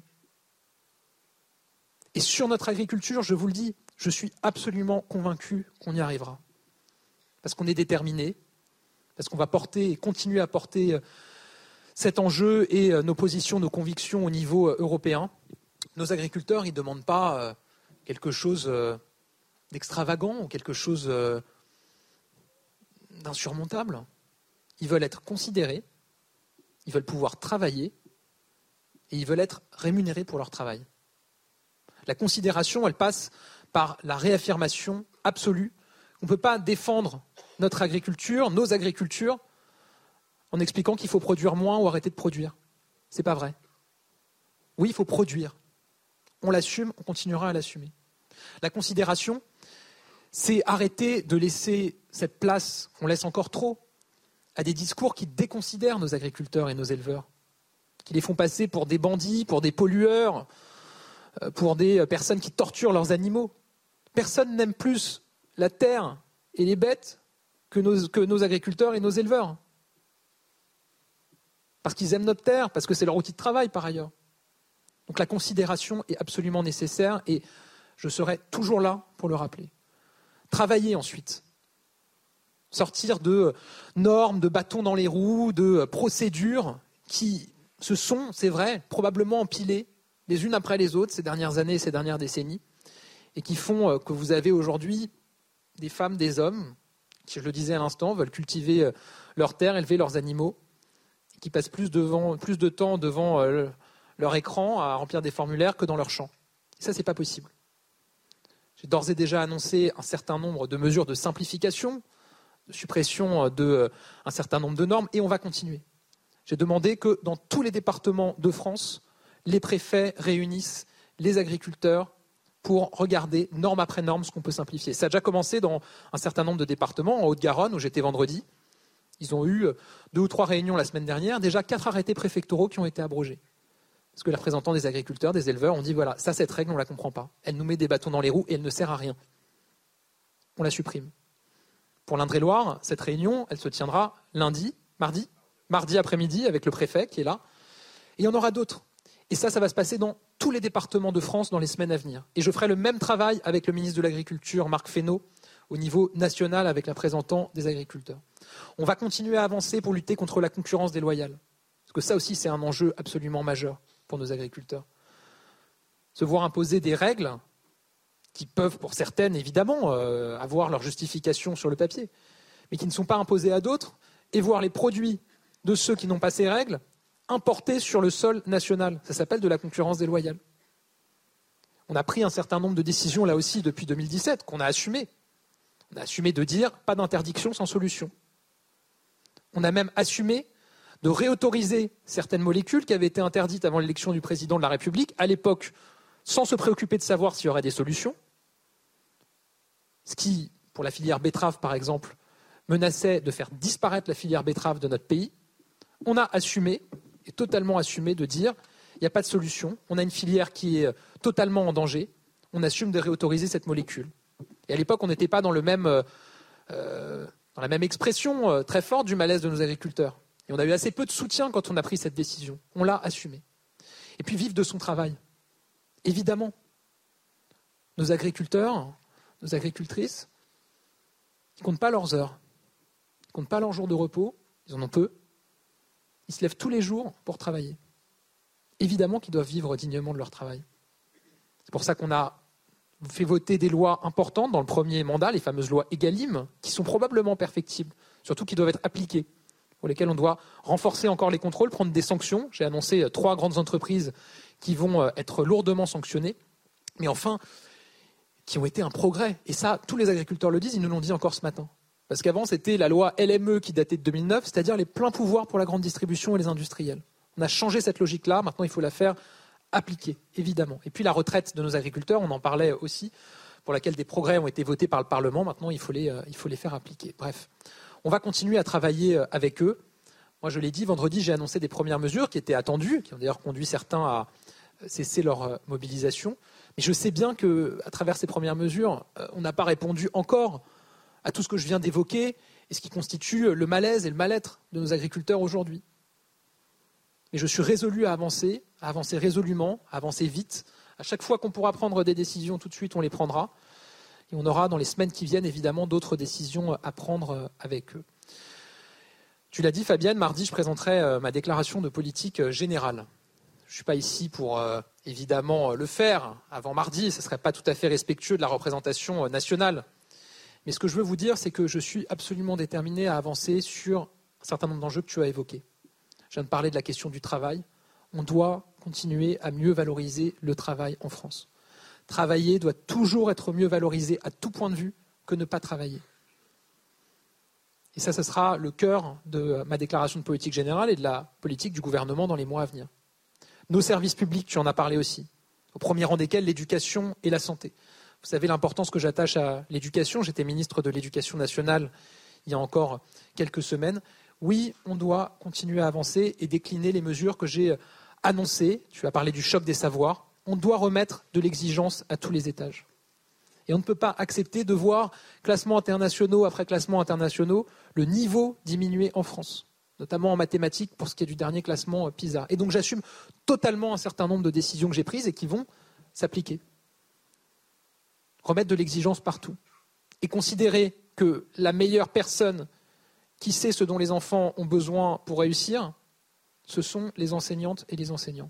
Et sur notre agriculture, je vous le dis, je suis absolument convaincu qu'on y arrivera. Parce qu'on est déterminé, parce qu'on va porter et continuer à porter cet enjeu et nos positions, nos convictions au niveau européen. Nos agriculteurs, ils ne demandent pas quelque chose d'extravagant ou quelque chose d'insurmontable. Ils veulent être considérés, ils veulent pouvoir travailler et ils veulent être rémunérés pour leur travail. La considération, elle passe par la réaffirmation absolue. On ne peut pas défendre notre agriculture, nos agricultures, en expliquant qu'il faut produire moins ou arrêter de produire. Ce n'est pas vrai. Oui, il faut produire. On l'assume, on continuera à l'assumer. La considération, c'est arrêter de laisser cette place qu'on laisse encore trop à des discours qui déconsidèrent nos agriculteurs et nos éleveurs, qui les font passer pour des bandits, pour des pollueurs, pour des personnes qui torturent leurs animaux. Personne n'aime plus la terre et les bêtes que nos agriculteurs et nos éleveurs. Parce qu'ils aiment notre terre, parce que c'est leur outil de travail par ailleurs. Donc la considération est absolument nécessaire et je serai toujours là pour le rappeler. Travailler ensuite. Sortir de normes, de bâtons dans les roues, de procédures qui se sont, c'est vrai, probablement empilées les unes après les autres ces dernières années, ces dernières décennies, et qui font que vous avez aujourd'hui des femmes, des hommes, qui, je le disais à l'instant, veulent cultiver leurs terres, élever leurs animaux, qui passent plus de temps devant leur écran à remplir des formulaires que dans leur champ. Et ça, c'est pas possible. J'ai d'ores et déjà annoncé un certain nombre de mesures de simplification, de suppression d'un certain nombre de normes, et on va continuer. J'ai demandé que dans tous les départements de France, les préfets réunissent les agriculteurs pour regarder, norme après norme, ce qu'on peut simplifier. Ça a déjà commencé dans un certain nombre de départements. En Haute-Garonne, où j'étais vendredi, ils ont eu 2 ou 3 réunions la semaine dernière, déjà 4 arrêtés préfectoraux qui ont été abrogés. Parce que les représentants des agriculteurs, des éleveurs ont dit, voilà, ça, cette règle, on ne la comprend pas. Elle nous met des bâtons dans les roues et elle ne sert à rien. On la supprime. Pour l'Indre-et-Loire, cette réunion, elle se tiendra mardi après-midi, avec le préfet qui est là. Et il y en aura d'autres. Et ça va se passer dans tous les départements de France dans les semaines à venir. Et je ferai le même travail avec le ministre de l'Agriculture, Marc Fesneau, au niveau national avec la représentante des agriculteurs. On va continuer à avancer pour lutter contre la concurrence déloyale. Parce que ça aussi, c'est un enjeu absolument majeur pour nos agriculteurs. Se voir imposer des règles qui peuvent, pour certaines, évidemment, avoir leur justification sur le papier, mais qui ne sont pas imposées à d'autres, et voir les produits de ceux qui n'ont pas ces règles importés sur le sol national. Ça s'appelle de la concurrence déloyale. On a pris un certain nombre de décisions, là aussi, depuis 2017, qu'on a assumées. On a assumé de dire pas d'interdiction sans solution. On a même assumé de réautoriser certaines molécules qui avaient été interdites avant l'élection du président de la République, à l'époque, sans se préoccuper de savoir s'il y aurait des solutions. Ce qui, pour la filière betterave par exemple, menaçait de faire disparaître la filière betterave de notre pays. On a assumé, et totalement assumé, de dire il n'y a pas de solution, on a une filière qui est totalement en danger, on assume de réautoriser cette molécule. Et à l'époque, on n'était pas dans la même expression très forte du malaise de nos agriculteurs. Et on a eu assez peu de soutien quand on a pris cette décision. On l'a assumé. Et puis vivre de son travail. Évidemment, nos agriculteurs, nos agricultrices, ils ne comptent pas leurs heures, ils ne comptent pas leurs jours de repos, ils en ont peu. Ils se lèvent tous les jours pour travailler. Évidemment qu'ils doivent vivre dignement de leur travail. C'est pour ça qu'on a fait voter des lois importantes dans le premier mandat, les fameuses lois Egalim, qui sont probablement perfectibles, surtout qui doivent être appliquées, pour lesquelles on doit renforcer encore les contrôles, prendre des sanctions. J'ai annoncé 3 grandes entreprises qui vont être lourdement sanctionnées, mais enfin, qui ont été un progrès. Et ça, tous les agriculteurs le disent, ils nous l'ont dit encore ce matin. Parce qu'avant, c'était la loi LME qui datait de 2009, c'est-à-dire les pleins pouvoirs pour la grande distribution et les industriels. On a changé cette logique-là, maintenant il faut la faire appliquer, évidemment. Et puis la retraite de nos agriculteurs, on en parlait aussi, pour laquelle des progrès ont été votés par le Parlement, maintenant il faut les faire appliquer. Bref, on va continuer à travailler avec eux. Moi, je l'ai dit, vendredi, j'ai annoncé des premières mesures qui étaient attendues, qui ont d'ailleurs conduit certains à cesser leur mobilisation. Mais je sais bien qu'à travers ces premières mesures, on n'a pas répondu encore à tout ce que je viens d'évoquer et ce qui constitue le malaise et le mal-être de nos agriculteurs aujourd'hui. Mais je suis résolu à avancer résolument, à avancer vite. À chaque fois qu'on pourra prendre des décisions, tout de suite, on les prendra. Et on aura, dans les semaines qui viennent, évidemment, d'autres décisions à prendre avec eux. Tu l'as dit, Fabienne, mardi, je présenterai ma déclaration de politique générale. Je ne suis pas ici pour, évidemment, le faire avant mardi. Ce ne serait pas tout à fait respectueux de la représentation nationale. Mais ce que je veux vous dire, c'est que je suis absolument déterminé à avancer sur un certain nombre d'enjeux que tu as évoqués. Je viens de parler de la question du travail. On doit continuer à mieux valoriser le travail en France. Travailler doit toujours être mieux valorisé à tout point de vue que ne pas travailler. Et ça, ce sera le cœur de ma déclaration de politique générale et de la politique du gouvernement dans les mois à venir. Nos services publics, tu en as parlé aussi, au premier rang desquels l'éducation et la santé. Vous savez l'importance que j'attache à l'éducation. J'étais ministre de l'Éducation nationale il y a encore quelques semaines. Oui, on doit continuer à avancer et décliner les mesures que j'ai annoncées. Tu as parlé du choc des savoirs. On doit remettre de l'exigence à tous les étages. Et on ne peut pas accepter de voir, classement internationaux après classement internationaux, le niveau diminuer en France, notamment en mathématiques pour ce qui est du dernier classement PISA. Et donc j'assume totalement un certain nombre de décisions que j'ai prises et qui vont s'appliquer. Remettre de l'exigence partout et considérer que la meilleure personne qui sait ce dont les enfants ont besoin pour réussir, ce sont les enseignantes et les enseignants.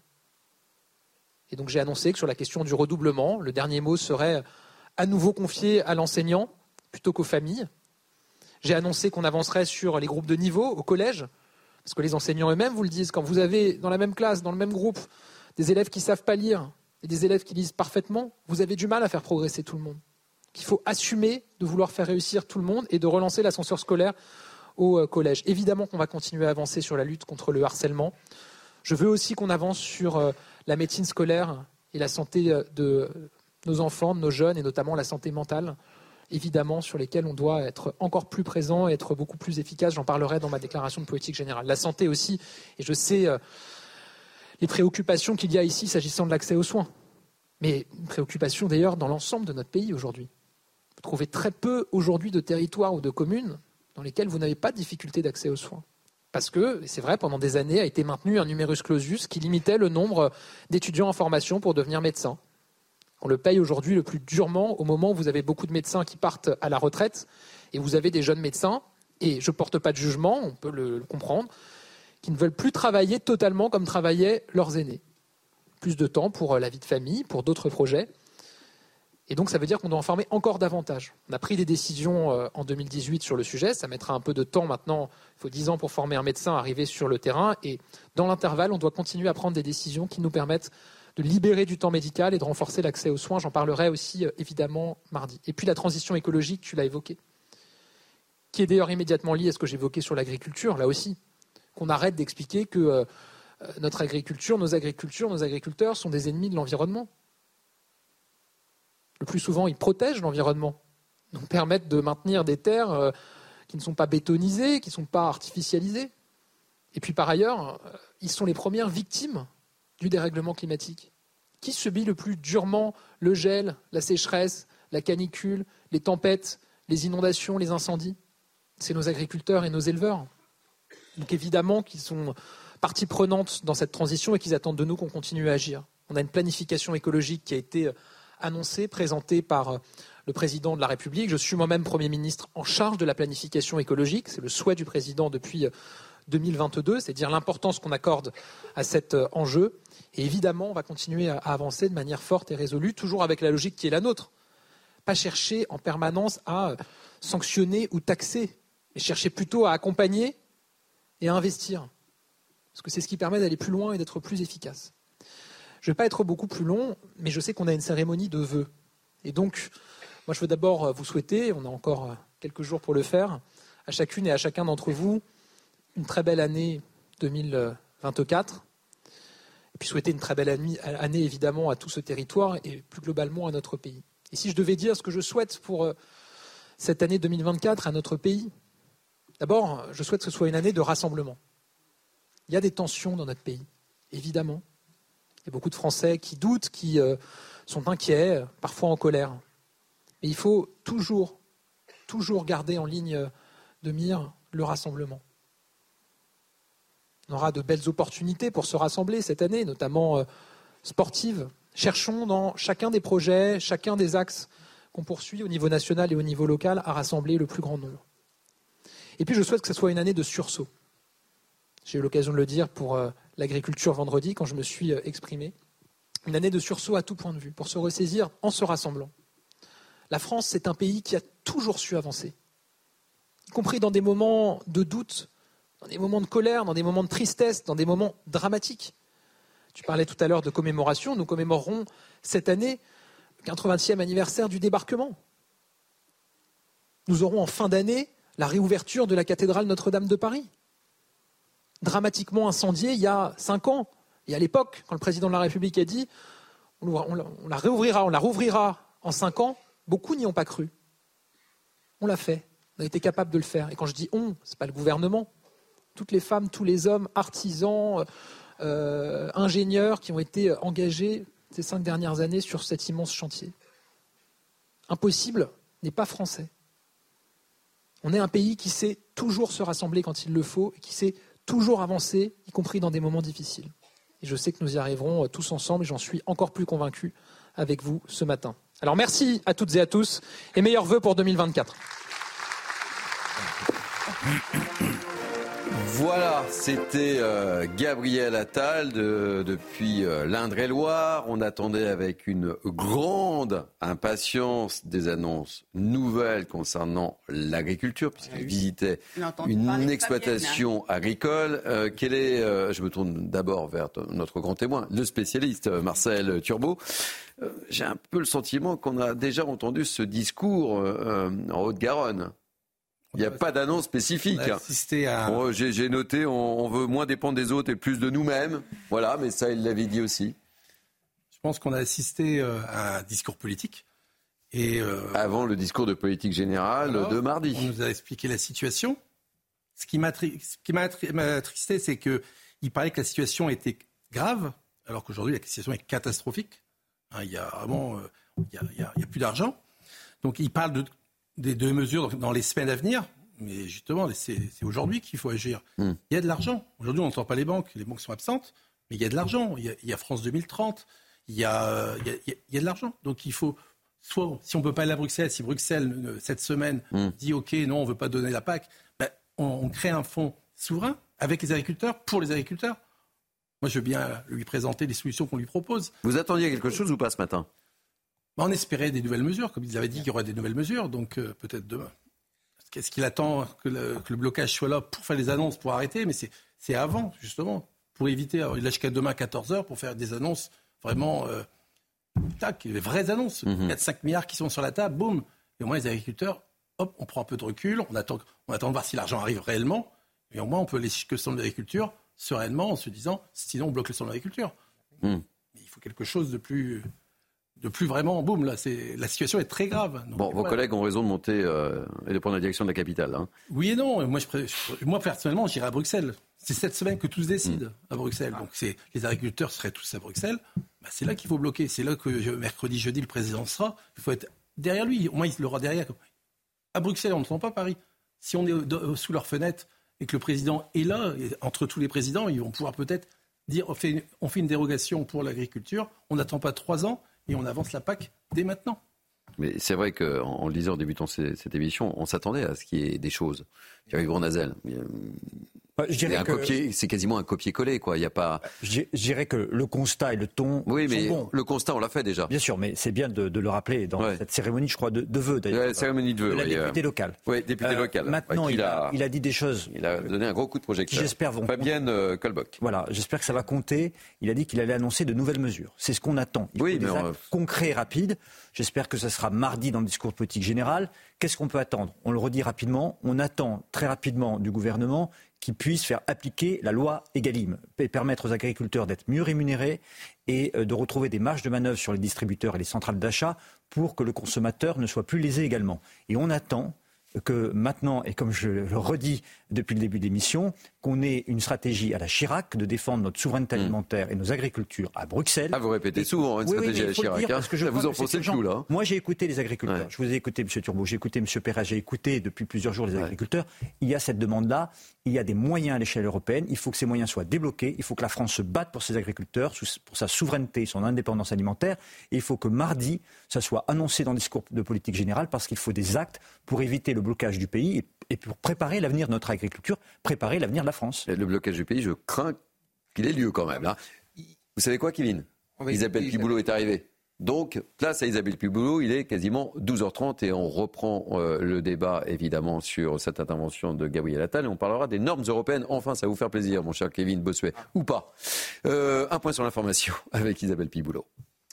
Et donc j'ai annoncé que sur la question du redoublement, le dernier mot serait à nouveau confié à l'enseignant plutôt qu'aux familles. J'ai annoncé qu'on avancerait sur les groupes de niveau au collège, parce que les enseignants eux-mêmes vous le disent, quand vous avez dans la même classe, dans le même groupe, des élèves qui ne savent pas lire et des élèves qui lisent parfaitement, vous avez du mal à faire progresser tout le monde. Il faut assumer de vouloir faire réussir tout le monde et de relancer l'ascenseur scolaire au collège. Évidemment qu'on va continuer à avancer sur la lutte contre le harcèlement. Je veux aussi qu'on avance sur la médecine scolaire et la santé de nos enfants, de nos jeunes, et notamment la santé mentale, évidemment, sur lesquels on doit être encore plus présent et être beaucoup plus efficace. J'en parlerai dans ma déclaration de politique générale. La santé aussi, et je sais les préoccupations qu'il y a ici s'agissant de l'accès aux soins. Mais une préoccupation d'ailleurs dans l'ensemble de notre pays aujourd'hui. Vous trouvez très peu aujourd'hui de territoires ou de communes dans lesquels vous n'avez pas de difficulté d'accès aux soins. Parce que, et c'est vrai, pendant des années a été maintenu un numerus clausus qui limitait le nombre d'étudiants en formation pour devenir médecin. On le paye aujourd'hui le plus durement au moment où vous avez beaucoup de médecins qui partent à la retraite et vous avez des jeunes médecins, et je ne porte pas de jugement, on peut le comprendre, qui ne veulent plus travailler totalement comme travaillaient leurs aînés. Plus de temps pour la vie de famille, pour d'autres projets. Et donc ça veut dire qu'on doit en former encore davantage. On a pris des décisions en 2018 sur le sujet, ça mettra un peu de temps maintenant, il faut 10 ans pour former un médecin, arriver sur le terrain, et dans l'intervalle, on doit continuer à prendre des décisions qui nous permettent de libérer du temps médical et de renforcer l'accès aux soins. J'en parlerai aussi évidemment mardi. Et puis la transition écologique, tu l'as évoquée, qui est d'ailleurs immédiatement liée à ce que j'évoquais sur l'agriculture, là aussi, qu'on arrête d'expliquer que notre agriculture, nos agriculteurs sont des ennemis de l'environnement. Le plus souvent, ils protègent l'environnement, nous permettent de maintenir des terres qui ne sont pas bétonisées, qui ne sont pas artificialisées. Et puis par ailleurs, ils sont les premières victimes du dérèglement climatique. Qui subit le plus durement le gel, la sécheresse, la canicule, les tempêtes, les inondations, les incendies? C'est nos agriculteurs et nos éleveurs. Donc évidemment qu'ils sont partie prenante dans cette transition et qu'ils attendent de nous qu'on continue à agir. On a une planification écologique qui a été annoncée, présentée par le président de la République. Je suis moi-même Premier ministre en charge de la planification écologique. C'est le souhait du président depuis 2022, c'est dire l'importance qu'on accorde à cet enjeu. Et évidemment, on va continuer à avancer de manière forte et résolue, toujours avec la logique qui est la nôtre, pas chercher en permanence à sanctionner ou taxer, mais chercher plutôt à accompagner et à investir. Parce que c'est ce qui permet d'aller plus loin et d'être plus efficace. Je ne vais pas être beaucoup plus long, mais je sais qu'on a une cérémonie de vœux. Et donc, moi je veux d'abord vous souhaiter, on a encore quelques jours pour le faire, à chacune et à chacun d'entre vous, une très belle année 2024. Et puis souhaiter une très belle année évidemment à tout ce territoire et plus globalement à notre pays. Et si je devais dire ce que je souhaite pour cette année 2024 à notre pays, d'abord, je souhaite que ce soit une année de rassemblement. Il y a des tensions dans notre pays, évidemment. Il y a beaucoup de Français qui doutent, qui sont inquiets, parfois en colère. Mais il faut toujours garder en ligne de mire le rassemblement. On aura de belles opportunités pour se rassembler cette année, notamment sportives. Cherchons dans chacun des projets, chacun des axes qu'on poursuit au niveau national et au niveau local à rassembler le plus grand nombre. Et puis je souhaite que ce soit une année de sursaut. J'ai eu l'occasion de le dire pour l'agriculture vendredi quand je me suis exprimé. Une année de sursaut à tout point de vue, pour se ressaisir en se rassemblant. La France, c'est un pays qui a toujours su avancer, y compris dans des moments de doute, dans des moments de colère, dans des moments de tristesse, dans des moments dramatiques. Tu parlais tout à l'heure de commémoration. Nous commémorerons cette année le 80e anniversaire du débarquement. Nous aurons en fin d'année la réouverture de la cathédrale Notre-Dame de Paris. Dramatiquement incendiée il y a 5 ans. Et à l'époque, quand le président de la République a dit on la rouvrira en 5 ans, beaucoup n'y ont pas cru. On l'a fait. On a été capable de le faire. Et quand je dis on, ce n'est pas le gouvernement. Toutes les femmes, tous les hommes, artisans, ingénieurs qui ont été engagés ces 5 dernières années sur cet immense chantier. Impossible n'est pas français. On est un pays qui sait toujours se rassembler quand il le faut et qui sait toujours avancer, y compris dans des moments difficiles. Et je sais que nous y arriverons tous ensemble et j'en suis encore plus convaincu avec vous ce matin. Alors merci à toutes et à tous et meilleurs vœux pour 2024. Voilà, c'était Gabriel Attal depuis l'Indre-et-Loire. On attendait avec une grande impatience des annonces nouvelles concernant l'agriculture, puisqu'il visitait une exploitation agricole. Je me tourne d'abord vers notre grand témoin, le spécialiste Marcel Turbo. J'ai un peu le sentiment qu'on a déjà entendu ce discours en Haute-Garonne. Il n'y a pas d'annonce spécifique. J'ai noté, on veut moins dépendre des autres et plus de nous-mêmes. Voilà, mais ça, il l'avait dit aussi. Je pense qu'on a assisté à un discours politique. Avant le discours de politique générale de mardi. On nous a expliqué la situation. Ce qui m'a attristé, c'est qu'il parlait que la situation était grave, alors qu'aujourd'hui, la situation est catastrophique. Il y a vraiment il y a plus d'argent. Donc, il parle des mesures dans les semaines à venir, mais justement, c'est aujourd'hui qu'il faut agir. Il y a de l'argent. Aujourd'hui, on n'entend pas les banques sont absentes, mais il y a de l'argent. Il y a France 2030, il y a de l'argent. Donc il faut, soit, si on ne peut pas aller à Bruxelles, si Bruxelles, cette semaine, dit OK, non, on ne veut pas donner la PAC, on crée un fonds souverain avec les agriculteurs, pour les agriculteurs. Moi, je veux bien lui présenter les solutions qu'on lui propose. Vous attendiez quelque chose ou pas ce matin ? On espérait des nouvelles mesures, comme ils avaient dit qu'il y aurait des nouvelles mesures, donc peut-être demain. Est-ce qu'il attend que le blocage soit là pour faire les annonces, pour arrêter ? Mais c'est avant, justement, pour éviter. Alors, il a jusqu'à demain 14h pour faire des annonces vraiment, les vraies annonces. 4-5 milliards qui sont sur la table, boum. Et au moins, les agriculteurs, hop, on prend un peu de recul, on attend de voir si l'argent arrive réellement, et au moins, on peut laisser que le salon de l'agriculture sereinement en se disant, sinon, on bloque le salon de l'agriculture. Mais il faut quelque chose de plus vraiment, boum, là, la situation est très grave. Donc, vos collègues ont raison de monter et de prendre la direction de la capitale. Hein. Oui et non. Moi, personnellement, j'irai à Bruxelles. C'est cette semaine que tous décident à Bruxelles. Donc, les agriculteurs seraient tous à Bruxelles. C'est là qu'il faut bloquer. C'est là que mercredi, jeudi, le président sera. Il faut être derrière lui. Au moins, il l'aura derrière. À Bruxelles, on n'entend pas Paris. Si on est sous leur fenêtre et que le président est là, et entre tous les présidents, ils vont pouvoir peut-être dire on fait une dérogation pour l'agriculture. On n'attend pas 3 ans. Et on avance la PAC dès maintenant. Mais c'est vrai qu'en le disant, en débutant cette émission, on s'attendait à ce qu'il y ait des choses. Thierry Bournazel, C'est quasiment un copier-coller, quoi. Il y a pas. Je dirais que le constat et le ton sont bons. Le constat, on l'a fait déjà. Bien sûr, mais c'est bien de le rappeler dans cette cérémonie, je crois, de vœux d'ailleurs. Cérémonie de vœux. De la députée locale. Oui, députée locale. Maintenant, il a dit des choses. Il a donné un gros coup de projecteur. J'espère Fabienne Colbock. Voilà, j'espère que ça va compter. Il a dit qu'il allait annoncer de nouvelles mesures. C'est ce qu'on attend. Il faut des actes concrets et rapides. J'espère que ça sera mardi dans le discours politique général. Qu'est-ce qu'on peut attendre ? On le redit rapidement. On attend très rapidement du gouvernement qui puisse faire appliquer la loi Egalim et permettre aux agriculteurs d'être mieux rémunérés et de retrouver des marges de manœuvre sur les distributeurs et les centrales d'achat pour que le consommateur ne soit plus lésé également. Et on attend que maintenant, et comme je le redis depuis le début de l'émission, qu'on ait une stratégie à la Chirac de défendre notre souveraineté alimentaire et nos agricultures à Bruxelles. Ah, vous répétez souvent une stratégie à la Chirac. Parce que vous enfoncez le clou, là. Moi, j'ai écouté les agriculteurs. Ouais. Je vous ai écouté, M. Turbo, j'ai écouté M. Perret, j'ai écouté depuis plusieurs jours les agriculteurs. Il y a cette demande-là. Il y a des moyens à l'échelle européenne. Il faut que ces moyens soient débloqués. Il faut que la France se batte pour ses agriculteurs, pour sa souveraineté, son indépendance alimentaire. Et il faut que mardi, ça soit annoncé dans le discours de politique générale parce qu'il faut des actes pour éviter le blocage du pays et pour préparer l'avenir de notre agriculture, préparer l'avenir de la France. Et le blocage du pays, je crains qu'il ait lieu quand même. Là. Vous savez quoi, Kevin ? Isabelle Piboulot est arrivée. Donc, place à Isabelle Piboulot, il est quasiment 12h30 et on reprend le débat, évidemment, sur cette intervention de Gabriel Attal et on parlera des normes européennes. Enfin, ça va vous faire plaisir, mon cher Kevin Bossuet, ou pas. Un point sur l'information avec Isabelle Piboulot.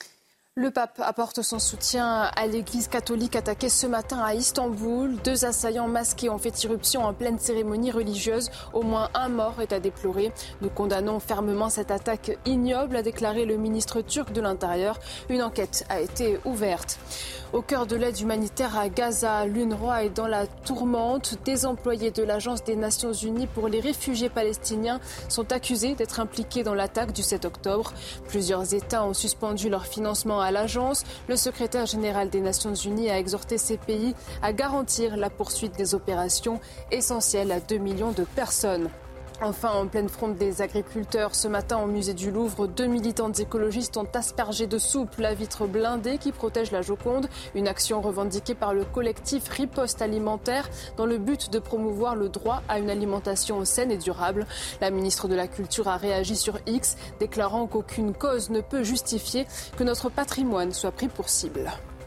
Le pape apporte son soutien à l'église catholique attaquée ce matin à Istanbul. 2 assaillants masqués ont fait irruption en pleine cérémonie religieuse. Au moins un mort est à déplorer. Nous condamnons fermement cette attaque ignoble, a déclaré le ministre turc de l'Intérieur. Une enquête a été ouverte. Au cœur de l'aide humanitaire à Gaza, l'UNRWA est dans la tourmente. Des employés de l'Agence des Nations Unies pour les réfugiés palestiniens sont accusés d'être impliqués dans l'attaque du 7 octobre. Plusieurs États ont suspendu leur financement à l'agence. Le secrétaire général des Nations Unies a exhorté ces pays à garantir la poursuite des opérations essentielles à 2 millions de personnes. Enfin, en pleine fronde des agriculteurs, ce matin au musée du Louvre, 2 militantes écologistes ont aspergé de soupe la vitre blindée qui protège la Joconde. Une action revendiquée par le collectif Riposte Alimentaire dans le but de promouvoir le droit à une alimentation saine et durable. La ministre de la Culture a réagi sur X, déclarant qu'aucune cause ne peut justifier que notre patrimoine soit pris pour cible.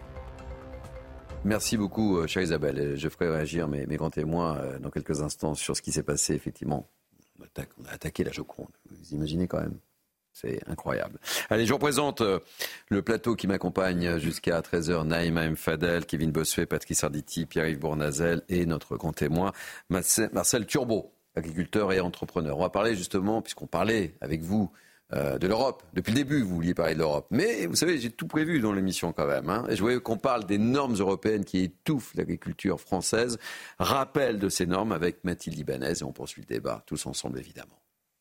Merci beaucoup, chère Isabelle. Je ferai réagir mes grands témoins dans quelques instants sur ce qui s'est passé, effectivement. On a attaqué la Joconde. Vous imaginez quand même ? C'est incroyable. Allez, je vous présente le plateau qui m'accompagne jusqu'à 13h. Naïma M. Fadel, Kevin Bossuet, Patrice Arditi, Pierre-Yves Bournazel et notre grand témoin, Marcel Turbo, agriculteur et entrepreneur. On va parler justement, puisqu'on parlait avec vous de l'Europe. Depuis le début, vous vouliez parler de l'Europe. Mais vous savez, j'ai tout prévu dans l'émission quand même. Et je voulais qu'on parle des normes européennes qui étouffent l'agriculture française. Rappel de ces normes avec Mathilde Ibanez et on poursuit le débat tous ensemble évidemment.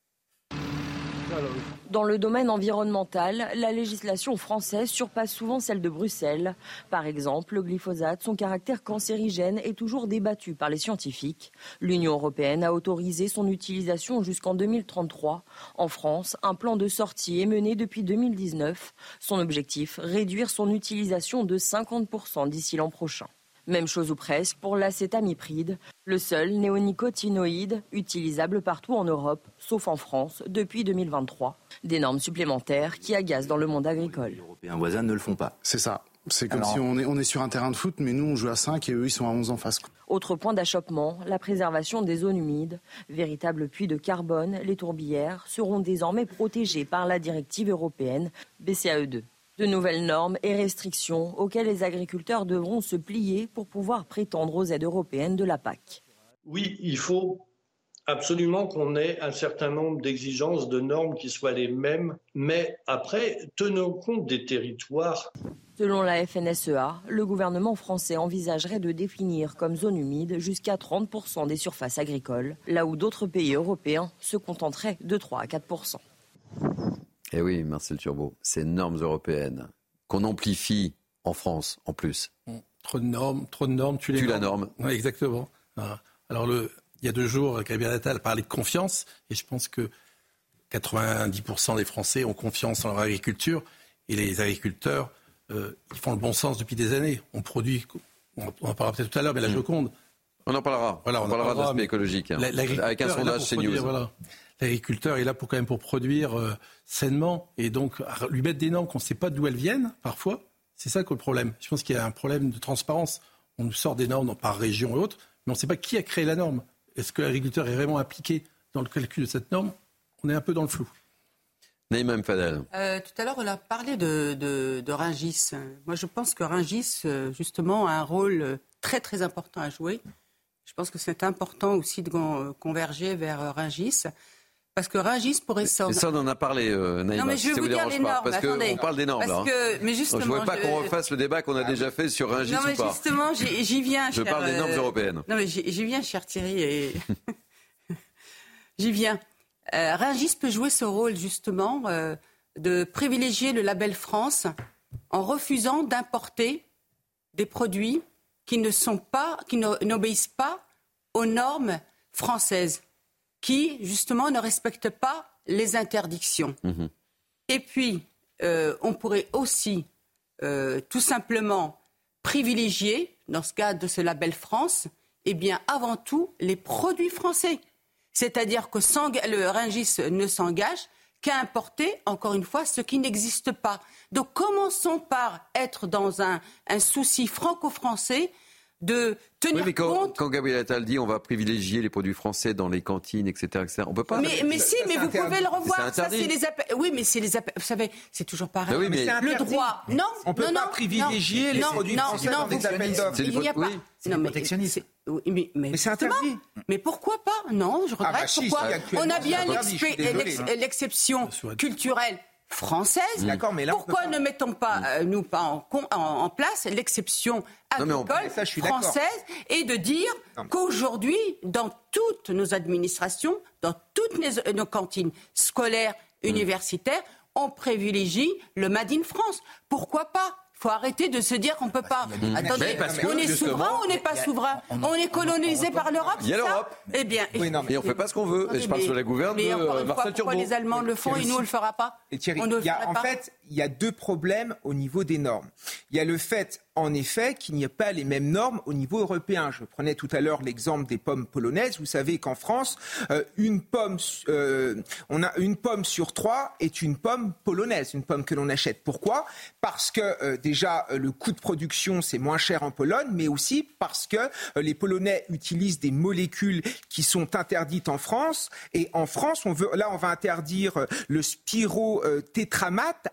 Dans le domaine environnemental, la législation française surpasse souvent celle de Bruxelles. Par exemple, le glyphosate, son caractère cancérigène est toujours débattu par les scientifiques. L'Union européenne a autorisé son utilisation jusqu'en 2033. En France, un plan de sortie est mené depuis 2019. Son objectif, réduire son utilisation de 50% d'ici l'an prochain. Même chose ou presque pour l'acétamipride, le seul néonicotinoïde utilisable partout en Europe, sauf en France, depuis 2023. Des normes supplémentaires qui agacent dans le monde agricole. Les Européens voisins ne le font pas. C'est ça. C'est comme si on est sur un terrain de foot, mais nous on joue à 5 et eux ils sont à 11 en face. Autre point d'achoppement, la préservation des zones humides. Véritables puits de carbone, les tourbières seront désormais protégées par la directive européenne BCAE2. De nouvelles normes et restrictions auxquelles les agriculteurs devront se plier pour pouvoir prétendre aux aides européennes de la PAC. Oui, il faut absolument qu'on ait un certain nombre d'exigences, de normes qui soient les mêmes, mais après, tenons compte des territoires. Selon la FNSEA, le gouvernement français envisagerait de définir comme zone humide jusqu'à 30% des surfaces agricoles, là où d'autres pays européens se contenteraient de 3 à 4%. Eh oui, Marcel Turbo, ces normes européennes qu'on amplifie en France en plus. Trop de normes, tue la norme. Oui, exactement. Alors, il y a 2 jours, Gabriel Attal parlait de confiance, et je pense que 90% des Français ont confiance en leur agriculture, et les agriculteurs, ils font le bon sens depuis des années. On produit, on en parlera peut-être tout à l'heure, mais la Joconde, On en parlera. Voilà, on parlera de l'aspect écologique. Avec un sondage CNews. Voilà. L'agriculteur est là pour produire sainement. Et donc, lui mettre des normes qu'on ne sait pas d'où elles viennent, parfois, c'est ça que le problème. Je pense qu'il y a un problème de transparence. On nous sort des normes par région et autres, mais on ne sait pas qui a créé la norme. Est-ce que l'agriculteur est vraiment impliqué dans le calcul de cette norme ? On est un peu dans le flou. Naïma Mfadel. Tout à l'heure, on a parlé de Rungis. Moi, je pense que Rungis, justement, a un rôle très, très important à jouer. Je pense que c'est important aussi de converger vers Rungis. Parce que Rungis pourrait sortir. Mais ça, on en a parlé, Naïma. Non, mais je vais vous dire les normes. Parce qu'on parle des normes, là. Mais justement, donc, je ne veux pas qu'on refasse le débat qu'on a déjà fait sur Rungis ou pas. Non, mais justement, j'y viens. Je parle des normes européennes. Non, mais j'y viens, cher Thierry. Et... j'y viens. Rungis peut jouer ce rôle, justement, de privilégier le label France en refusant d'importer des produits qui n'obéissent pas aux normes françaises, qui, justement, ne respectent pas les interdictions. Mmh. Et puis, on pourrait aussi, tout simplement, privilégier, dans ce cas de ce label France, eh bien, avant tout, les produits français. C'est-à-dire que le Rungis ne s'engage qu'à importer, encore une fois, ce qui n'existe pas. Donc commençons par être dans un souci franco-français de tenir compte... Quand Gabriel Attal dit on va privilégier les produits français dans les cantines, etc., on peut pas... Mais vous pouvez le revoir. Ça, c'est les oui, mais c'est les appels. Vous savez, c'est toujours pareil. Oui, mais le droit... Non, on ne peut pas privilégier les produits français dans des appels d'offres. Il n'y a pas... C'est protectionniste. Mais c'est interdit. Mais pourquoi pas ? Non, je regrette. Pourquoi ? On a bien l'exception culturelle française. D'accord, mais là, pourquoi ne mettons pas, en place l'exception agricole française et de dire qu'aujourd'hui, dans toutes nos administrations, dans toutes nos cantines scolaires, universitaires, on privilégie le Made in France. Pourquoi pas ? Il faut arrêter de se dire qu'on ne peut pas. Attendez, on est souverain ou on n'est pas souverain ? On est colonisé par l'Europe, il y a l'Europe. Eh bien, et on ne fait pas ce qu'on veut. Et je parle sur la gouverne de Marcel Turbo. Pourquoi les Allemands le font et nous, on ne le fera pas ? Et Thierry, en fait, il y a deux problèmes au niveau des normes. Il y a le fait, en effet, qu'il n'y a pas les mêmes normes au niveau européen. Je prenais tout à l'heure l'exemple des pommes polonaises. Vous savez qu'en France, une pomme sur 3 est une pomme polonaise, une pomme que l'on achète. Pourquoi ? Parce que déjà, le coût de production, c'est moins cher en Pologne, mais aussi parce que les Polonais utilisent des molécules qui sont interdites en France. Et en France, on va interdire le spirotétramate.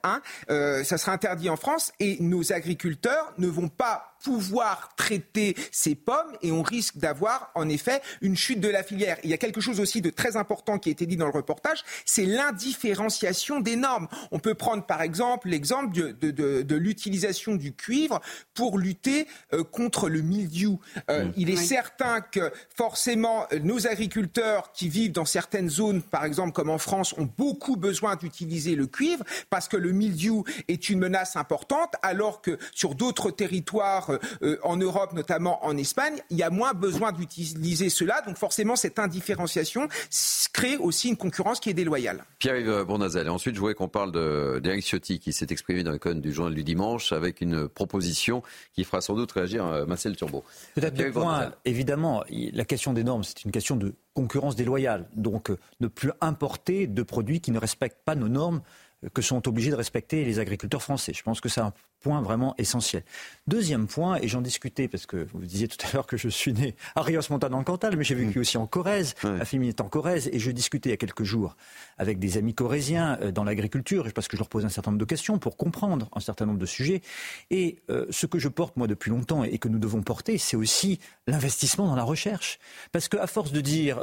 Ça sera interdit en France et nos agriculteurs ne vont pas pouvoir traiter ces pommes et on risque d'avoir en effet une chute de la filière. Il y a quelque chose aussi de très important qui a été dit dans le reportage, c'est l'indifférenciation des normes. On peut prendre par exemple l'exemple de l'utilisation du cuivre pour lutter contre le mildiou. Il est certain que forcément nos agriculteurs qui vivent dans certaines zones, par exemple comme en France, ont beaucoup besoin d'utiliser le cuivre parce que le mildiou est une menace importante, alors que sur d'autres territoires en Europe, notamment en Espagne, il y a moins besoin d'utiliser cela. Donc forcément, cette indifférenciation crée aussi une concurrence qui est déloyale. Pierre-Yves Bournazel. Et ensuite, je voulais qu'on parle d'Éric Ciotti qui s'est exprimé dans la colonne du journal du dimanche avec une proposition qui fera sans doute réagir Marcel Turbo. Peut-être deux points. Évidemment, la question des normes, c'est une question de concurrence déloyale. Donc, ne plus importer de produits qui ne respectent pas nos normes que sont obligés de respecter les agriculteurs français. Je pense que c'est un point vraiment essentiel. Deuxième point, et j'en discutais parce que vous disiez tout à l'heure que je suis né à Rios-Montagne en Cantal, mais j'ai vécu aussi en Corrèze. Ma famille est en Corrèze et je discutais il y a quelques jours avec des amis corréziens dans l'agriculture parce que je leur pose un certain nombre de questions pour comprendre un certain nombre de sujets. Et ce que je porte moi depuis longtemps et que nous devons porter, c'est aussi l'investissement dans la recherche. Parce qu'à force de dire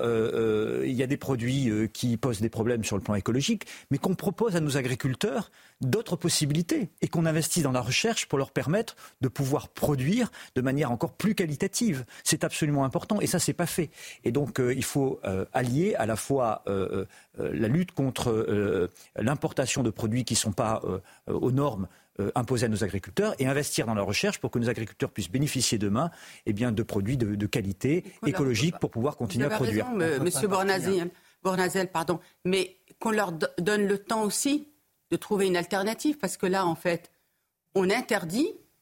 il y a des produits qui posent des problèmes sur le plan écologique, mais qu'on propose à nos agriculteurs d'autres possibilités et qu'on investisse dans la recherche pour leur permettre de pouvoir produire de manière encore plus qualitative. C'est absolument important et ça, c'est pas fait. Et donc, il faut allier à la fois la lutte contre l'importation de produits qui ne sont pas aux normes imposées à nos agriculteurs et investir dans la recherche pour que nos agriculteurs puissent bénéficier demain de produits de qualité écologique pour pouvoir continuer à produire. Raison, Monsieur Bournazel, mais qu'on leur donne le temps aussi de trouver une alternative, parce que là, en fait, on interdit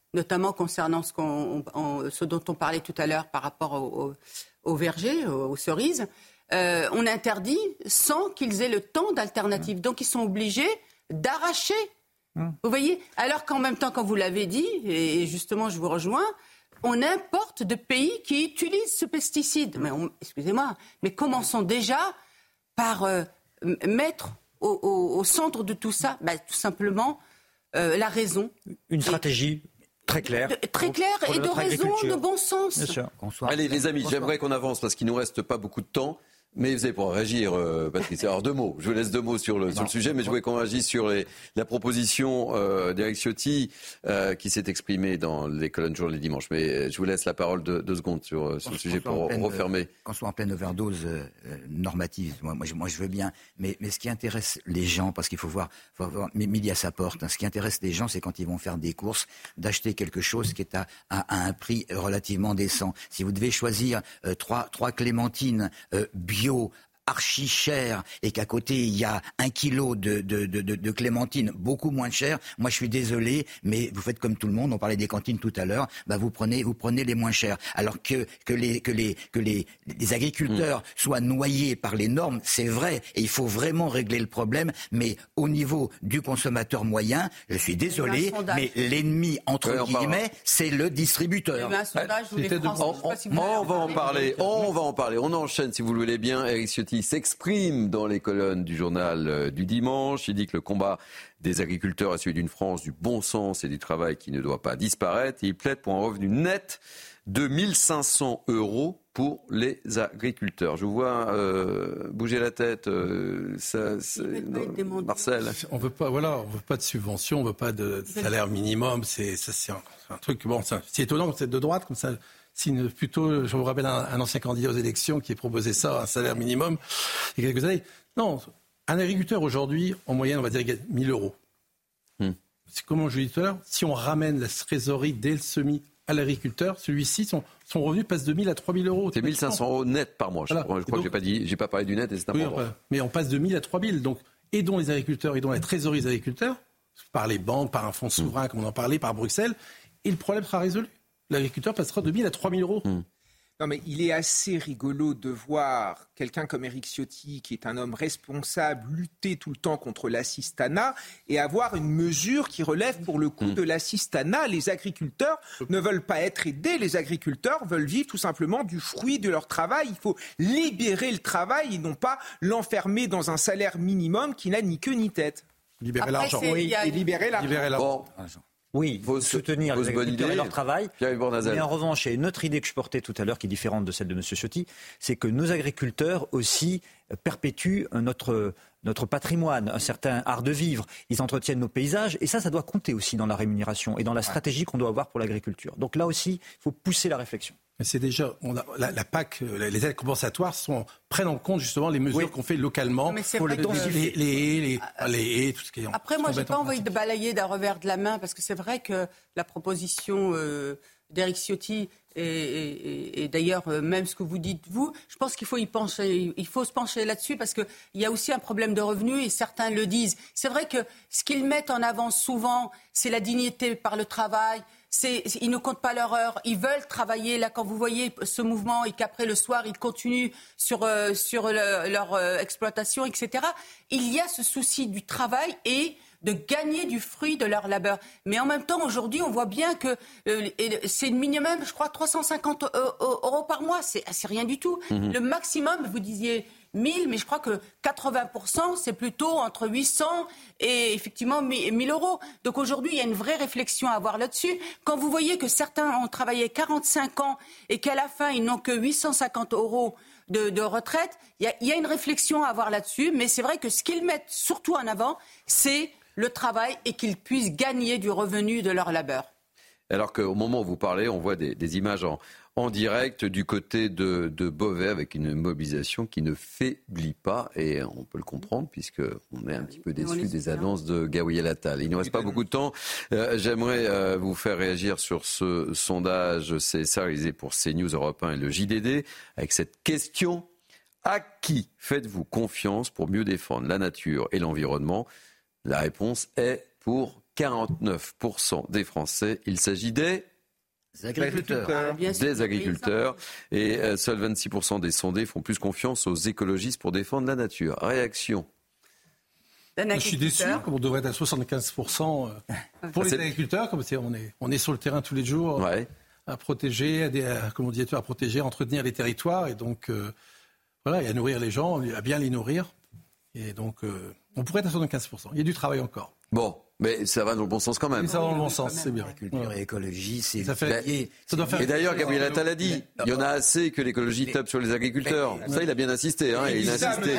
notamment concernant ce dont on parlait tout à l'heure par rapport aux vergers, aux cerises. On interdit sans qu'ils aient le temps d'alternative. Donc ils sont obligés d'arracher. Vous voyez ? Alors qu'en même temps, quand vous l'avez dit, et justement je vous rejoins, on importe de pays qui utilisent ce pesticide. Mais excusez-moi, mais commençons déjà par mettre au centre de tout ça, tout simplement, la raison. Une stratégie très claire. Très claire et de raison, de bon sens. Bien sûr. Allez les amis, j'aimerais qu'on avance parce qu'il ne nous reste pas beaucoup de temps. Mais vous allez pouvoir réagir, Patrice. Alors 2 mots. Je vous laisse 2 mots sur le sujet, mais je voulais qu'on réagisse sur la proposition d'Éric Ciotti qui s'est exprimé dans les colonnes jour les dimanches. Mais je vous laisse la parole 2 secondes sur le sujet pour refermer. Qu'on soit en pleine overdose normative, moi je veux bien. Mais ce qui intéresse les gens, parce qu'il faut voir midi à sa porte, ce qui intéresse les gens, c'est quand ils vont faire des courses, d'acheter quelque chose qui est à un prix relativement décent. Si vous devez choisir 3 clémentines bio, archi cher, et qu'à côté il y a 1 kilo de clémentine beaucoup moins cher, moi je suis désolé, mais vous faites comme tout le monde, on parlait des cantines tout à l'heure, vous prenez les moins chers. Alors que les agriculteurs soient noyés par les normes, c'est vrai, et il faut vraiment régler le problème, mais au niveau du consommateur moyen, je suis désolé, mais l'ennemi, entre guillemets, c'est le distributeur. On va en parler, on enchaîne si vous le voulez bien. Éric Ciotti s'exprime dans les colonnes du journal du dimanche. Il dit que le combat des agriculteurs est celui d'une France du bon sens et du travail qui ne doit pas disparaître. Et il plaide pour un revenu net de 1 500 € pour les agriculteurs. Je vous vois bouger la tête, Marcel. On veut pas de subvention, on veut pas de salaire minimum. C'est un truc, c'est étonnant, c'est de droite comme ça. Plutôt, je vous rappelle un ancien candidat aux élections qui a proposé ça, un salaire minimum, il y a quelques années. Non, un agriculteur aujourd'hui, en moyenne, on va dire, il gagne 1 000 €. C'est comme je l'ai dit tout à l'heure, si on ramène la trésorerie dès le semis à l'agriculteur, celui-ci, son revenu passe de 1 000 à 3 000 €. C'est 1 500 € net par mois. Voilà. Je crois que j'ai pas parlé du net et c'est important. Oui, mais on passe de 1 000 à 3 000. Donc, aidons les agriculteurs, aidons la trésorerie des agriculteurs, par les banques, par un fonds souverain, comme on en parlait, par Bruxelles, et le problème sera résolu. L'agriculteur passera de 1 000 à 3 000 €. Non, mais il est assez rigolo de voir quelqu'un comme Éric Ciotti, qui est un homme responsable, lutter tout le temps contre l'assistanat et avoir une mesure qui relève pour le coup de l'assistanat. Les agriculteurs ne veulent pas être aidés, les agriculteurs veulent vivre tout simplement du fruit de leur travail. Il faut libérer le travail et non pas l'enfermer dans un salaire minimum qui n'a ni queue ni tête. Libérer l'argent. Oui, et libérer l'argent. Oui, il faut soutenir les agriculteurs et leur travail. Mais en revanche, il y a une autre idée que je portais tout à l'heure qui est différente de celle de M. Ciotti, c'est que nos agriculteurs aussi perpétuent notre patrimoine, un certain art de vivre. Ils entretiennent nos paysages et ça doit compter aussi dans la rémunération et dans la stratégie qu'on doit avoir pour l'agriculture. Donc là aussi, il faut pousser la réflexion. Mais c'est déjà, la PAC, les aides compensatoires prennent en compte justement les mesures qu'on fait localement pour les haies, tout ce qui est. Après, moi, j'ai pas envie de balayer d'un revers de la main parce que c'est vrai que la proposition d'Éric Ciotti et d'ailleurs même ce que vous dites vous, je pense qu'il faut y pencher, il faut se pencher là-dessus parce que il y a aussi un problème de revenus et certains le disent. C'est vrai que ce qu'ils mettent en avant souvent, c'est la dignité par le travail. Ils ne comptent pas leur heure, ils veulent travailler. Là, quand vous voyez ce mouvement et qu'après le soir, ils continuent sur leur exploitation, etc., il y a ce souci du travail et de gagner du fruit de leur labeur. Mais en même temps, aujourd'hui, on voit bien que c'est le minimum, je crois, 350 € par mois. C'est rien du tout. Le maximum, vous disiez 1000, mais je crois que 80%, c'est plutôt entre 800 et effectivement 1000 €. Donc aujourd'hui, il y a une vraie réflexion à avoir là-dessus. Quand vous voyez que certains ont travaillé 45 ans et qu'à la fin, ils n'ont que 850 € de retraite, il y a une réflexion à avoir là-dessus. Mais c'est vrai que ce qu'ils mettent surtout en avant, c'est le travail et qu'ils puissent gagner du revenu de leur labeur. Alors qu'au moment où vous parlez, on voit des images en direct du côté de Beauvais avec une mobilisation qui ne faiblit pas et on peut le comprendre puisqu'on est un petit peu déçu des annonces de Gabriel Attal. Il ne nous reste pas beaucoup de temps. J'aimerais vous faire réagir sur ce sondage CSA réalisé pour CNews, Europe 1 et le JDD avec cette question: à qui faites-vous confiance pour mieux défendre la nature et l'environnement? La réponse est pour 49% des Français. Il s'agit des agriculteurs. Des agriculteurs. Et seuls 26% des sondés font plus confiance aux écologistes pour défendre la nature. Réaction. Je suis déçu, comme on devrait être à 75% pour les agriculteurs, comme on est sur le terrain tous les jours, à protéger, à protéger, à entretenir les territoires, et donc et à nourrir les gens, à bien les nourrir. Et donc, on pourrait être à 75%. Il y a du travail encore. Bon, mais ça va dans le bon sens quand même. Mais ça va dans le bon sens, c'est bien. Agriculture et écologie, c'est Et d'ailleurs, Gabriel Attal a dit, il y en a assez que l'écologie tape sur les agriculteurs. Ça, il a bien insisté. Il a insisté.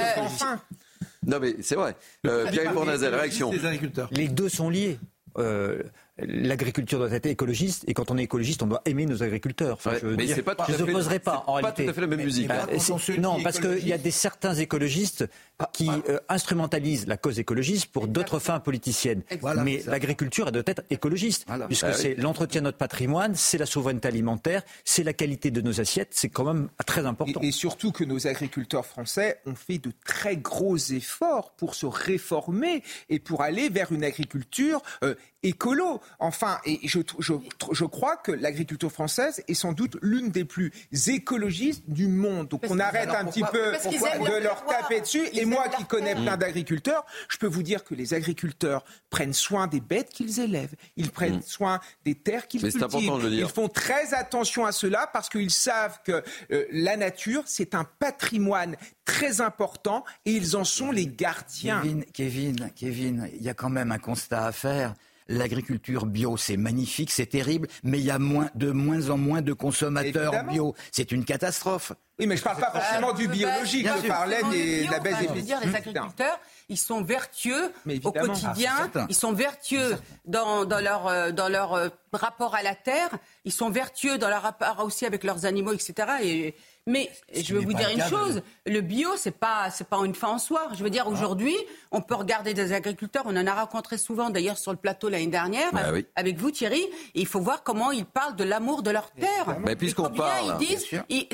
Non mais c'est vrai. Pierre Bournazel, réaction. Les deux sont liés. L'agriculture doit être écologiste, et quand on est écologiste, on doit aimer nos agriculteurs. Enfin, je ne les opposerai pas en réalité. Pas tout à fait la même musique. Non, parce qu'il y a certains écologistes qui instrumentalisent la cause écologiste pour d'autres fins politiciennes. Voilà, mais l'agriculture, elle doit être écologiste, puisque c'est l'entretien de notre patrimoine, c'est la souveraineté alimentaire, c'est la qualité de nos assiettes, c'est quand même très important. Et surtout que nos agriculteurs français ont fait de très gros efforts pour se réformer et pour aller vers une agriculture écolo. Enfin, et je crois que l'agriculture française est sans doute l'une des plus écologistes du monde. Donc on arrête un petit peu de leur taper dessus. Et moi qui connais plein d'agriculteurs, je peux vous dire que les agriculteurs prennent soin des bêtes qu'ils élèvent. Ils prennent soin des terres qu'ils cultivent. Ils font très attention à cela parce qu'ils savent que la nature, c'est un patrimoine très important et ils en sont les gardiens. Kevin, il y a quand même un constat à faire. L'agriculture bio, c'est magnifique, c'est terrible, mais il y a de moins en moins de consommateurs bio. C'est une catastrophe. Oui, mais je ne parle pas forcément du biologique, je parlais de la baisse des prix. Les agriculteurs, ils sont vertueux au quotidien, ils sont vertueux dans leur rapport à la terre, ils sont vertueux dans leur rapport aussi avec leurs animaux, etc. Mais je vais vous dire une chose, le bio, c'est pas une fin en soi. Je veux dire, aujourd'hui, on peut regarder des agriculteurs, on en a rencontré souvent d'ailleurs sur le plateau l'année dernière, avec vous Thierry, et il faut voir comment ils parlent de l'amour de leur terre. Mais puisqu'on parle, ils disent,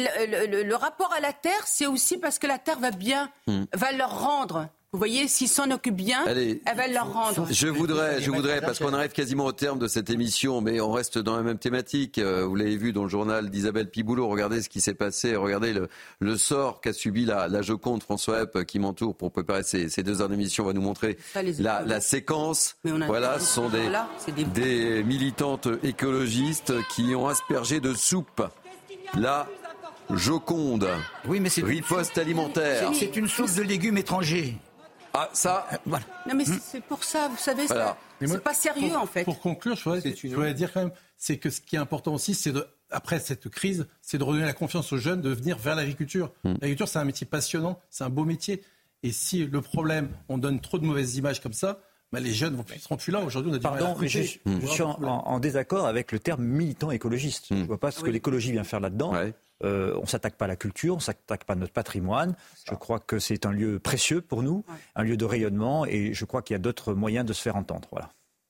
le rapport à la terre, c'est aussi parce que la terre va bien, va leur rendre. Vous voyez, s'ils s'en occupent bien, elle va leur rendre. Je voudrais, parce qu'on arrive quasiment au terme de cette émission, mais on reste dans la même thématique. Vous l'avez vu dans le journal d'Isabelle Piboulot, regardez ce qui s'est passé, regardez le sort qu'a subi la Joconde. François Hepp, qui m'entoure pour préparer ces 2 heures d'émission, va nous montrer la séquence. Voilà, ce sont des militantes écologistes qui ont aspergé de soupe la Joconde. Oui, mais c'est riposte alimentaire. C'est une soupe de légumes étrangers. Ah, ça, voilà. Non, mais c'est pour ça, vous savez, c'est pas sérieux, en fait. Pour conclure, je voudrais dire quand même, c'est que ce qui est important aussi, après cette crise, c'est de redonner la confiance aux jeunes de venir vers l'agriculture. L'agriculture, c'est un métier passionnant, c'est un beau métier. Et si le problème, on donne trop de mauvaises images comme ça, les jeunes ne seront plus là. Aujourd'hui, on a du mal à recruter. Je suis en désaccord avec le terme militant écologiste. Je ne vois pas ce que l'écologie vient faire là-dedans. On ne s'attaque pas à la culture, on ne s'attaque pas à notre patrimoine. Je crois que c'est un lieu précieux pour nous, un lieu de rayonnement, et je crois qu'il y a d'autres moyens de se faire entendre. Voilà.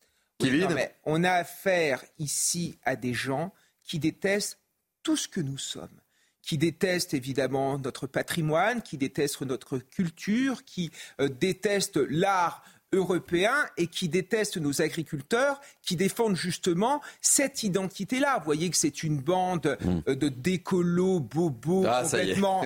On a affaire ici à des gens qui détestent tout ce que nous sommes, qui détestent évidemment notre patrimoine, qui détestent notre culture, qui détestent l'art européens et qui détestent nos agriculteurs, qui défendent justement cette identité-là. Vous voyez que c'est une bande de décolos, bobos, complètement.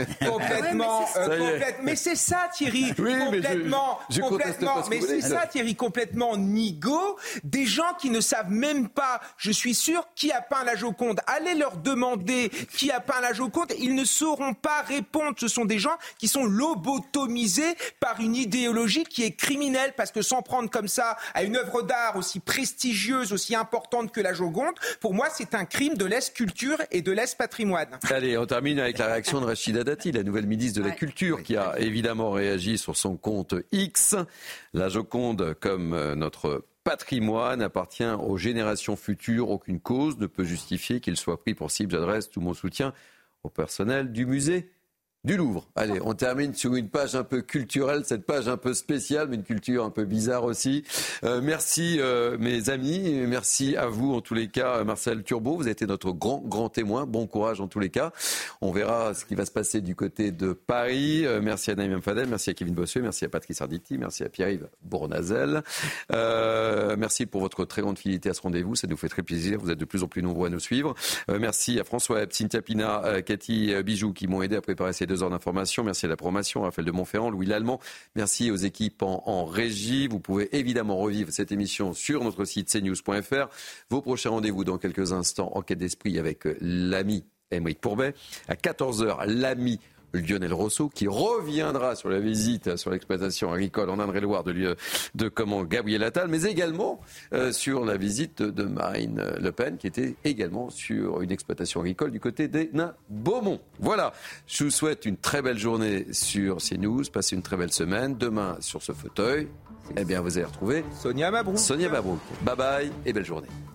Mais c'est ça, Thierry, complètement. Mais c'est ça, Thierry, complètement nigo. Des gens qui ne savent même pas, je suis sûr, qui a peint la Joconde. Allez leur demander qui a peint la Joconde, ils ne sauront pas répondre. Ce sont des gens qui sont lobotomisés par une idéologie qui est criminelle, parce que s'en prendre comme ça à une œuvre d'art aussi prestigieuse, aussi importante que la Joconde, pour moi, c'est un crime de lèse-culture et de lèse-patrimoine. Allez, on termine avec la réaction de Rachida Dati, la nouvelle ministre de la Culture, qui a évidemment réagi sur son compte X. La Joconde, comme notre patrimoine, appartient aux générations futures. Aucune cause ne peut justifier qu'il soit pris pour cible. J'adresse tout mon soutien au personnel du musée du Louvre. Allez, on termine sur une page un peu culturelle, cette page un peu spéciale, mais une culture un peu bizarre aussi. Merci mes amis, merci à vous en tous les cas, Marcel Turbo, vous avez été notre grand témoin, bon courage en tous les cas. On verra ce qui va se passer du côté de Paris. Merci à Naïm Fadel, merci à Kevin Bossuet, merci à Patrice Arditi, merci à Pierre-Yves Bournazel. Merci pour votre très grande fidélité à ce rendez-vous, ça nous fait très plaisir, vous êtes de plus en plus nombreux à nous suivre. Merci à François, Cynthia Pina, Cathy Bijoux qui m'ont aidé à préparer ces 2 heures d'information. Merci à la promotion, Raphaël de Montferrand, Louis Lallemand. Merci aux équipes en régie. Vous pouvez évidemment revivre cette émission sur notre site cnews.fr. Vos prochains rendez-vous dans quelques instants, Enquête d'esprit avec l'ami Aymeric Pourbet. À 14h, l'ami Lionel Rousseau qui reviendra sur la visite sur l'exploitation agricole en Indre-et-Loire de Gabriel Attal, mais également sur la visite de Marine Le Pen qui était également sur une exploitation agricole du côté des Nains-Beaumont. Voilà, je vous souhaite une très belle journée sur CNews, passez une très belle semaine. Demain sur ce fauteuil, vous allez retrouver Sonia Mabrouk. Bye bye et belle journée.